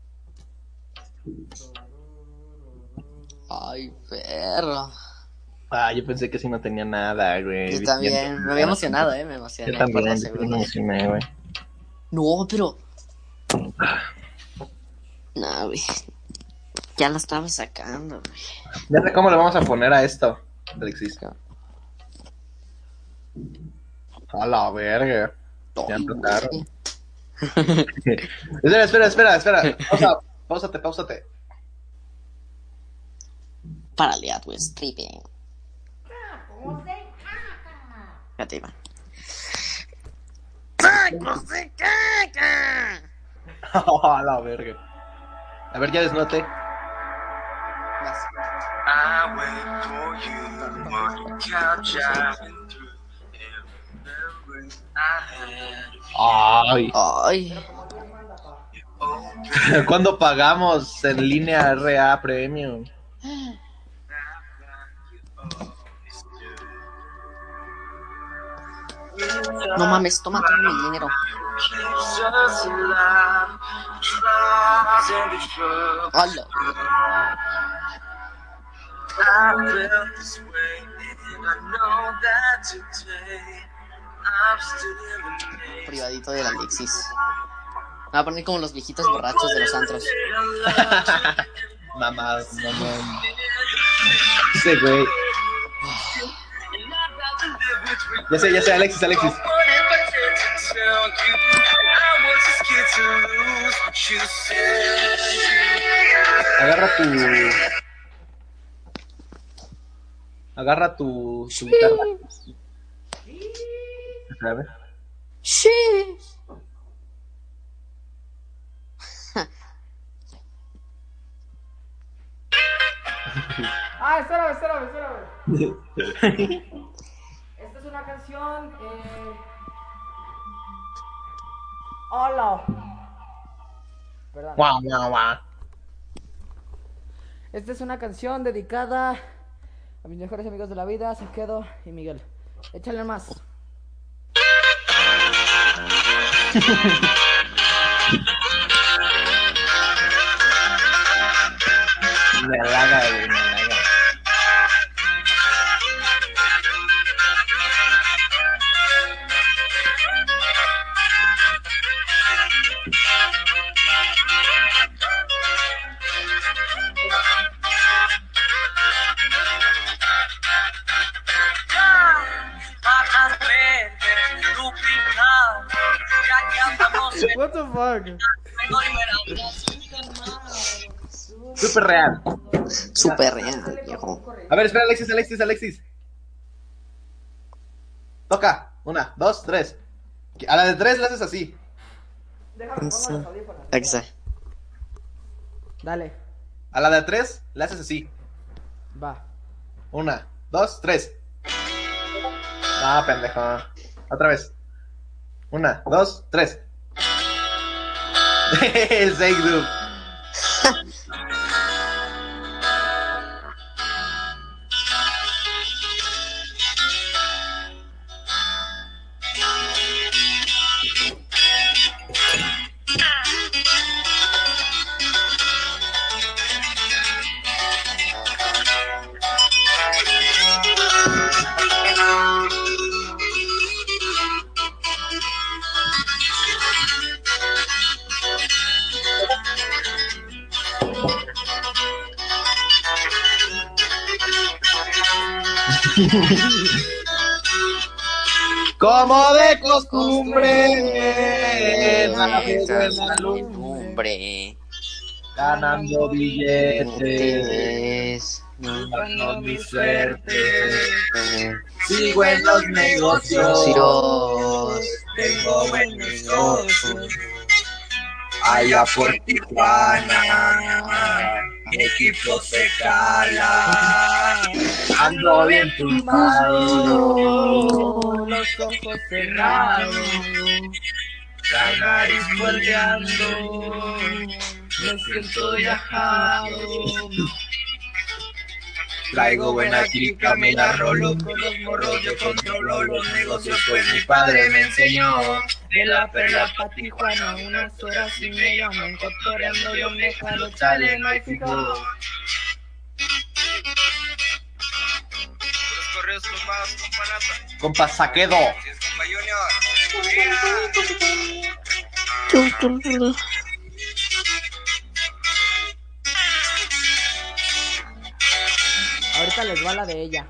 Ay, perro. Ah, yo pensé que sí no tenía nada, güey. Yo también. Me había emocionado, eh. Me emocioné. Yo por también, la yo también me segunda. emocioné, güey. No, pero. No, güey. Ya la estaba sacando, güey. Ya sé cómo le vamos a poner a esto, Alexis. A la verga. Ya empezaron. espera, espera, espera, espera. Pausa, pausate, pausate. Párale a tu stripping. Ya te iba. ¡Tacos de caca! A la verga. A ver, ya desnote. Vas. I wait for you on the couch I've been through. Every memory I had. Ay. Ay. ¿Cuándo pagamos en línea R A Premium? No mames, toma todo mi dinero. Keeps us alive. Trials and betrayals. Hola. I felt this way, and I know that today I'm still amazed. Privadito del Alexis. Me va a poner como los viejitos borrachos de los antros. Mamá, mamá. Sí, güey. Ya sé, ya sé, Alexis, Alexis. Agarra tu... Agarra tu... tu guitarra. Espérame. Sí. Ah, espérame, espérame, espérame. Esta es una canción. Eh... Hola. Perdón. Guau, guau, guau. Esta es una canción dedicada a mis mejores amigos de la vida, Saquedo y Miguel. Échale más. Me halaga, güey, me halaga. What the fuck? Súper real. Súper real, viejo. A ver, espera, Alexis, Alexis, Alexis. Toca. Una, dos, tres. A la de tres le haces así. Déjame pongo los audífonos. Aquí está. Dale, A la de tres le haces así. va. Una, dos, tres. Ah, pendejo. Otra vez. Una, dos, tres. El Seigdu. Como de costumbre, navego en la lumbre, ganando billetes, ganando mi suerte. Sigo en los negocios, tengo buen negocio. Allá por Tijuana, mi equipo se cala. Ando bien tumbado, Los ojos cerrados, la nariz volteando, me siento viajado. Traigo buena chica, me la rolo, con los morros yo controlo los negocios, pues mi padre me enseñó. de la perla pa' Tijuana, unas horas y media, me encotorreando, yo me jalo, chale, no hay fijo. Los correos copados con Panata. Compa Saquedo. Si es compa Junior. ahorita les va la de ella.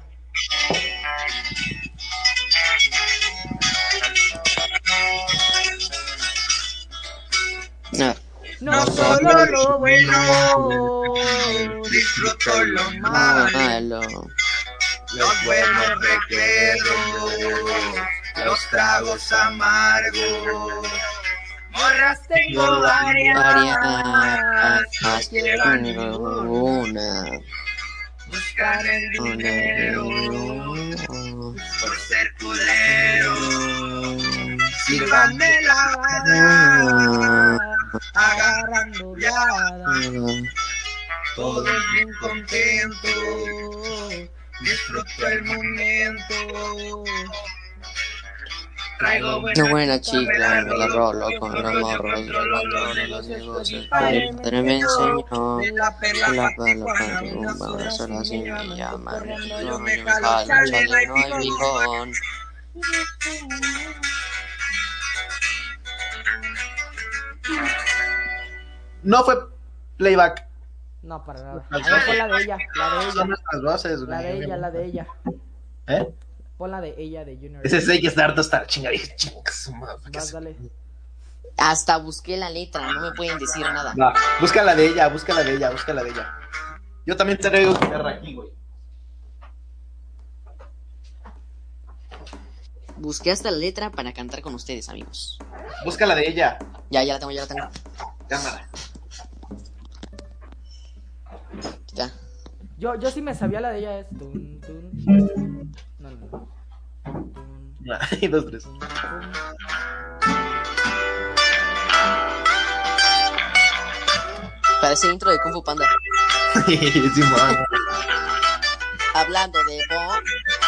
No. No solo lo bueno, disfruto lo Malo. malo, los buenos recuerdos, los tragos amargos. Morras tengo varias, Varias. quiero ninguna. Una. Buscan el dinero Una. por ser culero. Sírvanme la gana, agarrando viada. Todos bien contentos, disfruto el momento. Traigo Una buena chica, me la rolo con los morros, los negocios. Mi padre me enseñó la perla la pa' pala para rumba, solo así me llaman. No me jalo, chale, no hay bijón. No fue playback. No, para nada. A ver, pon la de ella, la de ella. Son nuestras voces, La de güey. ella, la de ella. ¿Eh? Pon la de ella de Junior. Ese es ella, está harto estar chinga. Dije, chinga, su madre, ¿qué Vas, es? dale. Hasta busqué la letra, no me pueden decir nada. Va, busca la de ella, busca la de ella, busca la de ella. Yo también traigo guitarra aquí, güey. Busqué hasta la letra para cantar con ustedes, amigos. Busca la de ella. Ya, ya la tengo, ya la tengo. Cámara. Ya. Yo, yo sí me sabía la de ella es. Tun, tun. No, no, no. Tun, Y dos, tres. tun, tun. Parece intro de Kung Fu Panda. Simón. Hablando de pop.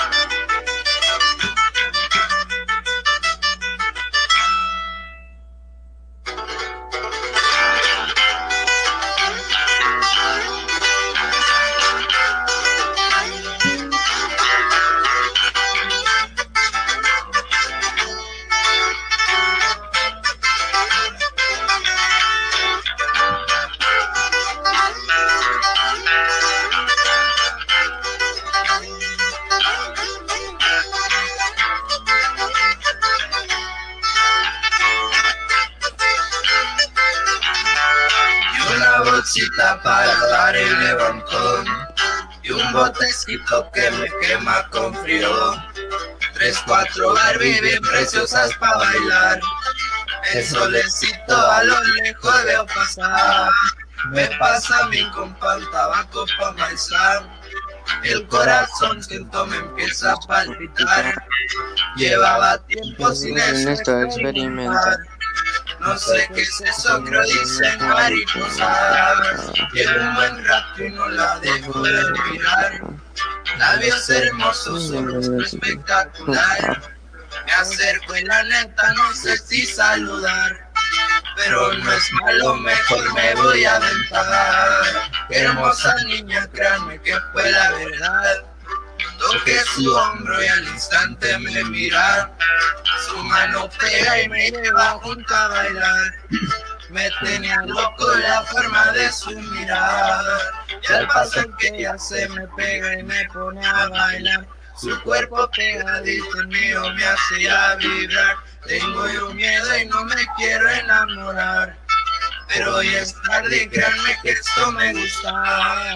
Y una bolsita para dar el levantón. Y un botecito que me quema con frío. Tres, cuatro Barbie bien preciosas para bailar. El solecito a lo lejos veo pasar. Me pasa mi compa un tabaco pa' maizar. El corazón siento me empieza a palpitar. Llevaba tiempo sin Sin esto experimentar. No sé qué es eso, creo dicen mariposa. Llevo un buen rato y no la dejo de mirar. Labios hermosos, un rostro espectacular. Me acerco y la neta no sé si saludar. Pero no es malo, mejor me voy a aventar. Hermosa niña, créanme que fue la verdad. Toqué su hombro y al instante me mira. Su mano pega y me lleva junto a bailar. Me tenía loco la forma de su mirada. Y al paso en que ella se me pega y me pone a bailar. Su cuerpo pegadito en mío me hacía vibrar. Tengo yo miedo y no me quiero enamorar. Pero hoy es tarde y créanme que esto me gusta.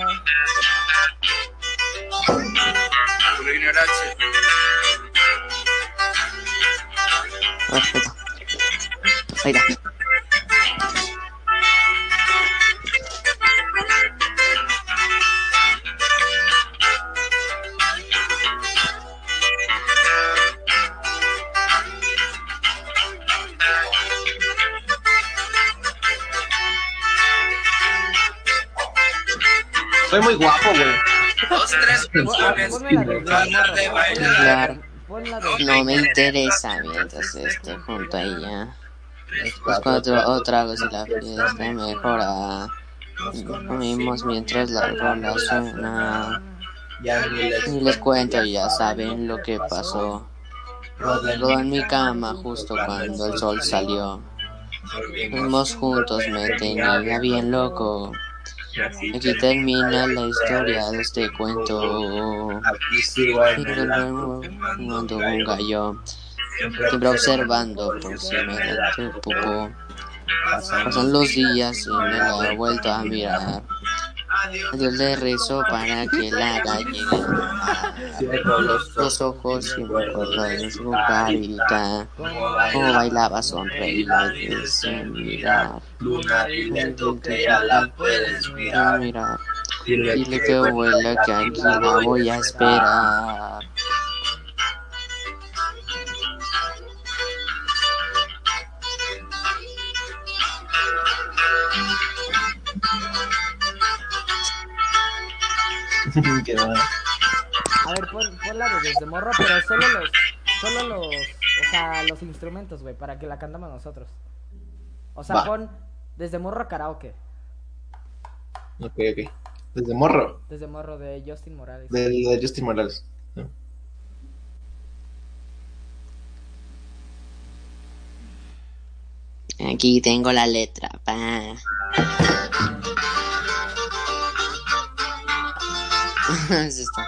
Ah, espera. Ahí va. Soy muy guapo, güey. Dos, tres canciones Ponme la de hablar de bailar. Claro. Pon la de No me interesa mientras esté junto a ella. Los cuatro o tragos y la fiesta mejora. Comimos mientras la rola suena. Ya ni les... Ni les cuento, ya saben lo que pasó. Rodó en mi cama justo cuando el sol salió. Fuimos juntos, me tenía bien loco. Aquí termina la historia de este cuento. Aquí sigo en el Fumando un gallo, siempre observando por encima de tu popó. Pasan los días y no la he vuelto a mirar. A Dios le rezo para que la haga llegar. Cierro los Los ojos y me acuerdo de su carita. Como bailaba, sonreía y quise mirar. Luna, dile a tu que ya la puedes mirar. Mirar. Dile Dile que vuela que aquí la voy a esperar. Qué bueno. A ver, pon, ponla de Desde Morro, pero solo los, solo los, o sea, los instrumentos, güey, para que la cantamos nosotros. O sea, Va. pon Desde Morro karaoke. Ok, ok. Desde morro. Desde Morro de Justin Morales. De, de Justin Morales. No. Aquí tengo la letra, pa. Así está.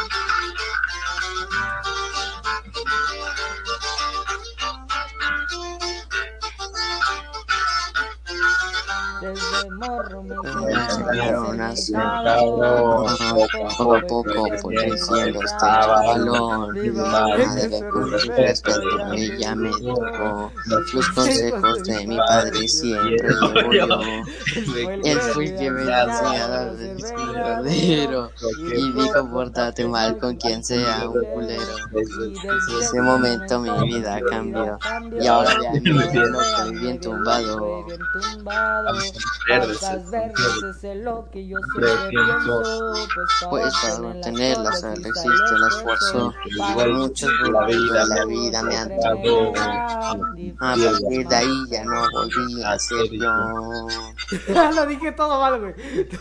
Desde Morro me enseñaron a ser ser cabrón. Poco a poco fue creciendo este balón. Madre con respeto ella me dijo los consejos de mi padre siempre llevo yo. Él fue el que me enseñó del verdadero y dijo pórtate mal con quien sea un culero. En ese momento mi vida cambió y ahora ya me lo estoy bien tumbado. Pasas verdes es lo que yo siempre pienso. Pues para tenerlas existe el esfuerzo. Igual muchos de la vida, la vida me han dado. A partir de ahí ya no volví a ser yo. Lo dije todo mal, güey.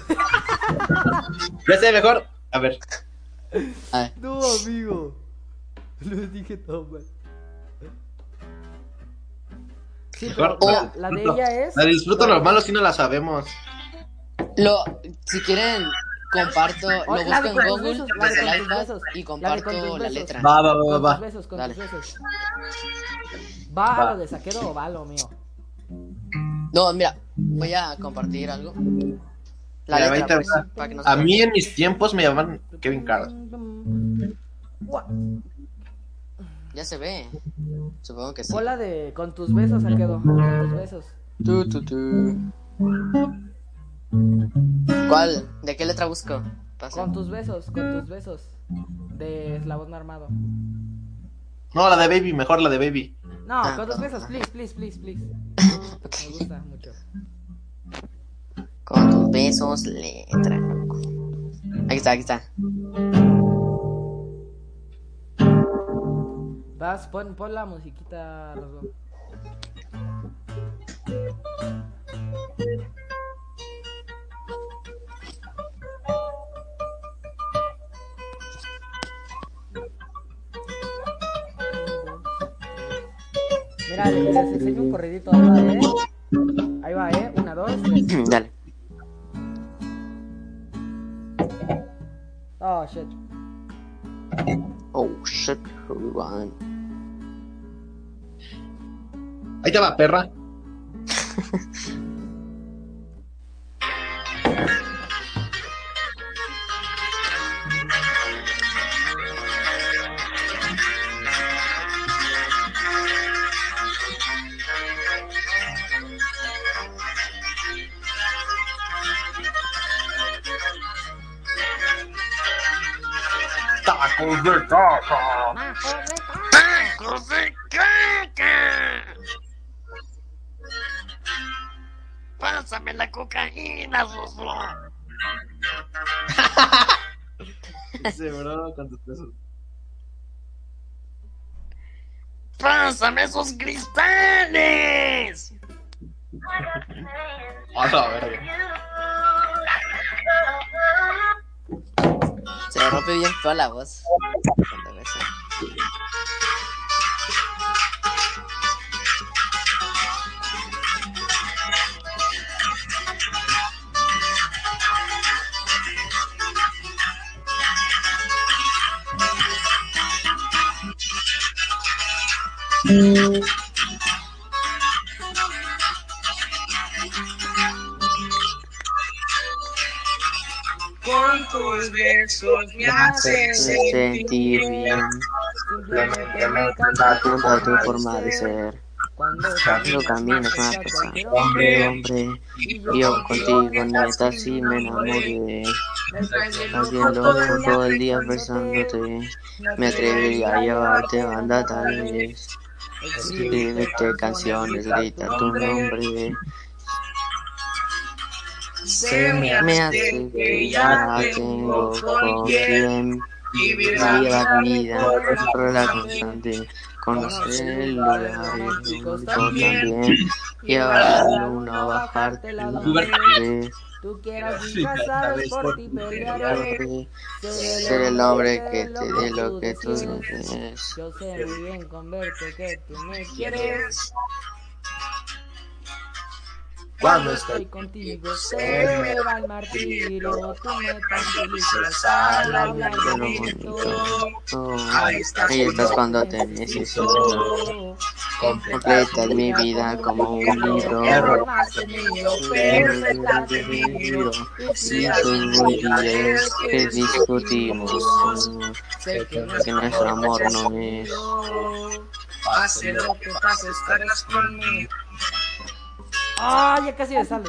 Ya sé mejor. A ver. Ay, No, amigo. Lo dije todo mal. Sí, Mejor. pero la la, la de disfruto. ella es. La disfruto, lo malo si no la sabemos. Lo, si quieren, comparto, lo Oh, la busco de en con tus Google besos, la de desde el con tus iPad besos, y la de con comparto tus la besos. letra. Va, va, va, Con va. tus besos, con Dale. tus besos. ¿Va Va. lo de Saquedo o va lo mío? No, mira, voy a compartir algo. La Mira, letra, ahorita, pues, ahorita. para que no A se mí en mis tiempos me llamaban Kevin Carlos. Gua- Ya se ve. Supongo que sí. Pon la de con tus besos, Saquedo. Con tus besos. Tu, tu, tu. ¿Cuál? ¿De qué letra busco? Pasa. Con tus besos, con tus besos. De Eslabón Armado. No, la de Baby, mejor la de Baby. No, Ah, con tus ah, besos, ah. please, please, please, please. Ok. Me gusta mucho. Con tus besos, letra. Aquí está, aquí está. Vas, pon, pon la musiquita, Rosgo. Mira, les, les enseño un corridito. Ahí va, ¿eh? Ahí va, ¿eh? Una, dos, tres. Dale. Oh, shit. Oh shit, everyone. Ahí te va, perra. Tacos de caca. ¡Tacos de caca! Pásame la cocaína, Soso. Dice, bro, con tus besos. ¡Pásame esos cristales! A la verga. Se me rompe bien toda la voz. Cuando beso. Con tus besos me haces sentir bien. Simplemente me encanta tu forma de ser. Cuando caminas más pesado que hombre, hombre, y yo contigo neta sí me enamoré. Estás bien loco todo el día besándote. Me atrevería a llevarte banda tal vez. Escríbete canciones, grita tu nombre. Se me hace que ya tengo con quien vivir la vida por la constante. Conocer el lugar único también. Llevar a la luna, bajarte la donde tú quieras y sabes por ti pelearé. Ser el hombre que te dé lo que tú desees. Yo sé muy bien con verte que tú me quieres. Cuando estoy contigo se me va el martirio. Tú me tranquilizas al hablar de lo bonito. Oh, ahí estás cuando te necesito. Completas mi vida como un libro. Si tú dices que discutimos, sé que nuestro amor no es. Pase lo que pase, estarás conmigo. ¡Ah! Ya casi me sale.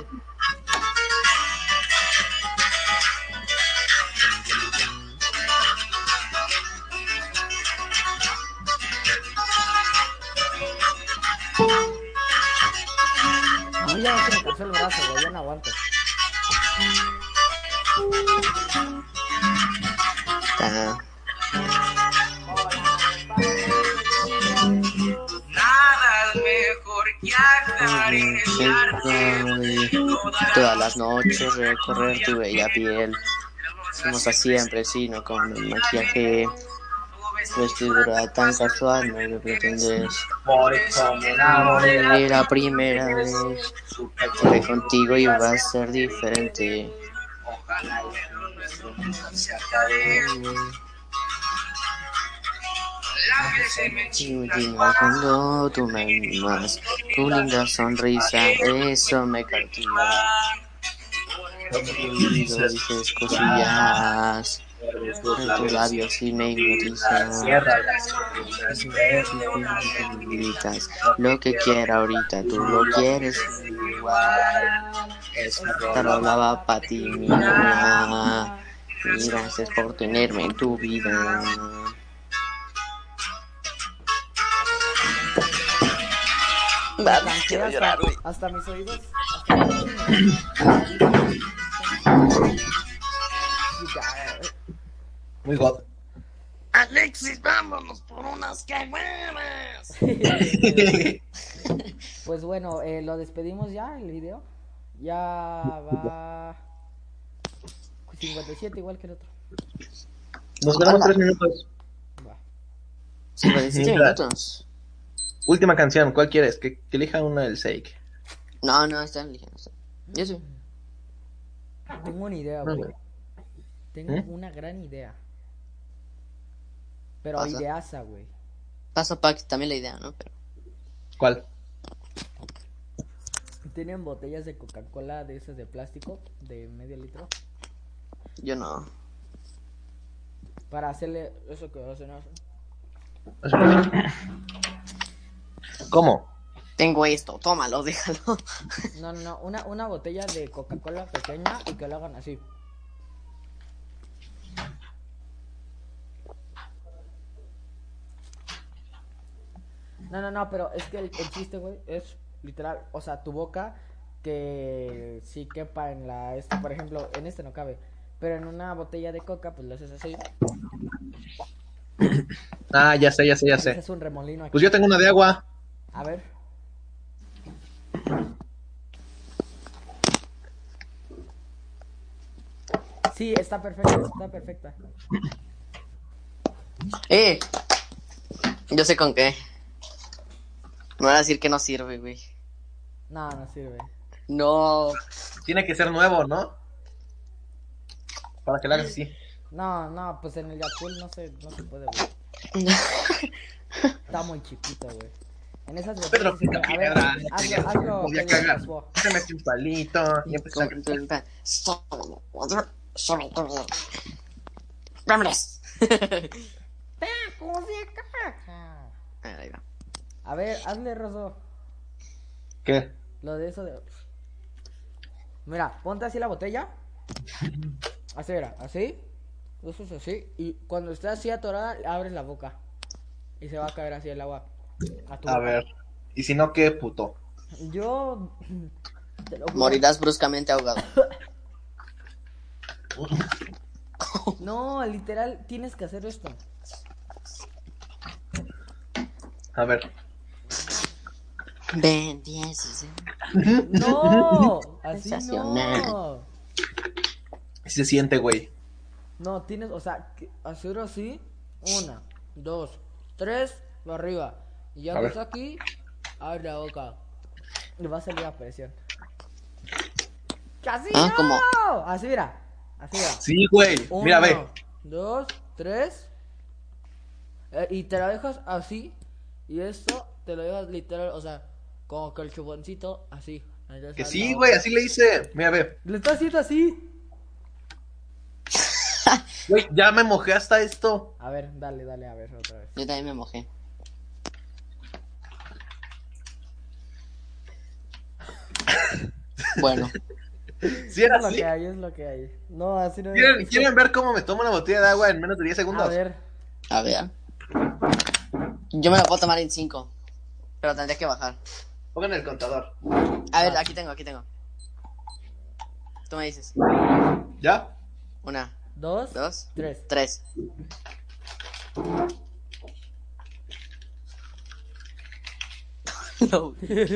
Ay, ya se me cansó el brazo, güey, ya no aguanto. Ah. Nada es mejor que acariciarte todas las noches, recorrer tu bella piel. Somos a siempre, sino con el maquillaje. Vestidura tan casual, no lo pretendes. Por eso me enamoré la primera vez. Porque contigo iba a ser diferente. Ojalá el error nuestro nunca se acabe. Cuando tú me mimas, tu linda sonrisa, eso me cautiva. Cuando dices cosillas, en tus labios y me hipnotizas. Gritas lo que quiera ahorita, tú lo quieres igual. Esta rola va pa' ti, mía. Y gracias por tenerme en tu vida. Vale, quiero llorar, güey. Hasta mis oídos. Muy god. Alexis, vámonos por unas caguamas. Pues bueno, eh, lo despedimos ya, el video. Ya va cincuenta y siete igual que el otro. Nos quedamos tres minutos. Va. cincuenta y siete minutos. Última canción, ¿cuál quieres? Que, que elija una del Sake. No, no, están eligiendo. Yo sí. Tengo una idea, güey. No, Tengo ¿Eh? una gran idea. Pero Pasa. ideaza, güey. Pasa Pac también la idea, ¿no? Pero... ¿Cuál? Tienen botellas de Coca-Cola de esas de plástico, de medio litro. Yo no. Para hacerle eso que hacen. ¿Cómo? Tengo esto, tómalo, déjalo. No, no, no. Una, una botella de Coca-Cola pequeña y que lo hagan así. No, no, no, pero es que el, el chiste, güey, es literal, o sea, tu boca que sí quepa en la, este, por ejemplo, en este no cabe, pero en una botella de coca, pues lo haces así. Ah, ya sé, ya sé, ya sé. Haces un remolino aquí. Pues yo tengo una de agua. A ver. Sí, está perfecta, está perfecta. Eh, yo sé con qué. Me van a decir que no sirve, güey. No, no sirve. No. Tiene que ser nuevo, ¿no? Para que lo hagas así. No, no, pues en el Yakult no se, no se puede, güey. Está muy chiquito, güey. En esas botellas. Pedro sí se pica puede. A ver, piedra, hazlo, hazlo. podía Pedro cagar. Pascual. Se mete un palito y empieza a gritar. ¡Vámonos! Tacos de caca. Ahí va. A ver, hazle, Rosso. ¿Qué? Lo de eso de. Mira, ponte así la botella. Así, mira, así. Eso es así. Y cuando esté así atorada, abres la boca. Y se va a caer así el agua. A, tu A boca. ver. ¿Y si no qué, puto? Yo. Te lo juro. Morirás bruscamente ahogado. No, literal, tienes que hacer esto. A ver. Ven, diez. No, así Sensacional. no. Se siente, güey. No, tienes, o sea, que hacer así. Una, dos, tres, para arriba. Y ya A que ver. está aquí, abre la boca. Y va a salir la presión. ¡Casi Ah, no! ¿cómo? Así, mira. Así, mira. Sí, güey. Mira, ve. Uno, dos, tres. Eh, y te la dejas así. Y esto te lo dejas literal, o sea, como que el chuponcito así. Entonces, Que abre sí, la güey, boca. así le hice. Mira, ve. Le está haciendo así. Güey, ya me mojé hasta esto. A ver, dale, dale, a ver otra vez. Yo también me mojé. Bueno, ¿Sí era Es lo así? que hay, es lo que hay. No, así no. ¿Quieren, es- ¿Quieren ver cómo me tomo una botella de agua en menos de diez segundos? A ver. a ver. Yo me la puedo tomar en cinco. Pero tendré que bajar. Pongan el contador. A ver, aquí tengo, aquí tengo. Tú me dices. ¿Ya? Una, Dos, dos, tres. tres. No.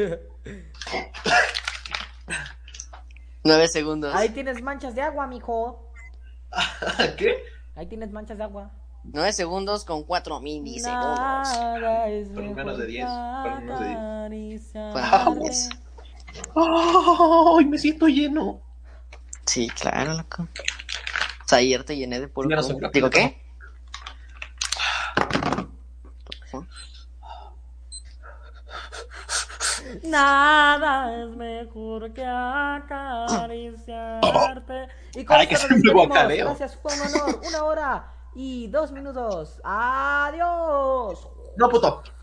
Nueve segundos. Ahí tienes manchas de agua, mijo. ¿Qué? Ahí tienes manchas de agua. Nueve segundos con cuatro milisegundos. Nada es Fueron menos de diez, fueron menos de diez. Vamos. ¡Ay, me siento lleno! Sí, claro, loco. O sea, ayer te llené de puro Ya no sé humo. lo que Digo, le ¿qué? Nada es mejor que acariciarte. Y con Ay, que esto se nos me despedimos. guacareo. Gracias, fue un honor. Una hora y dos minutos. Adiós. No, puto.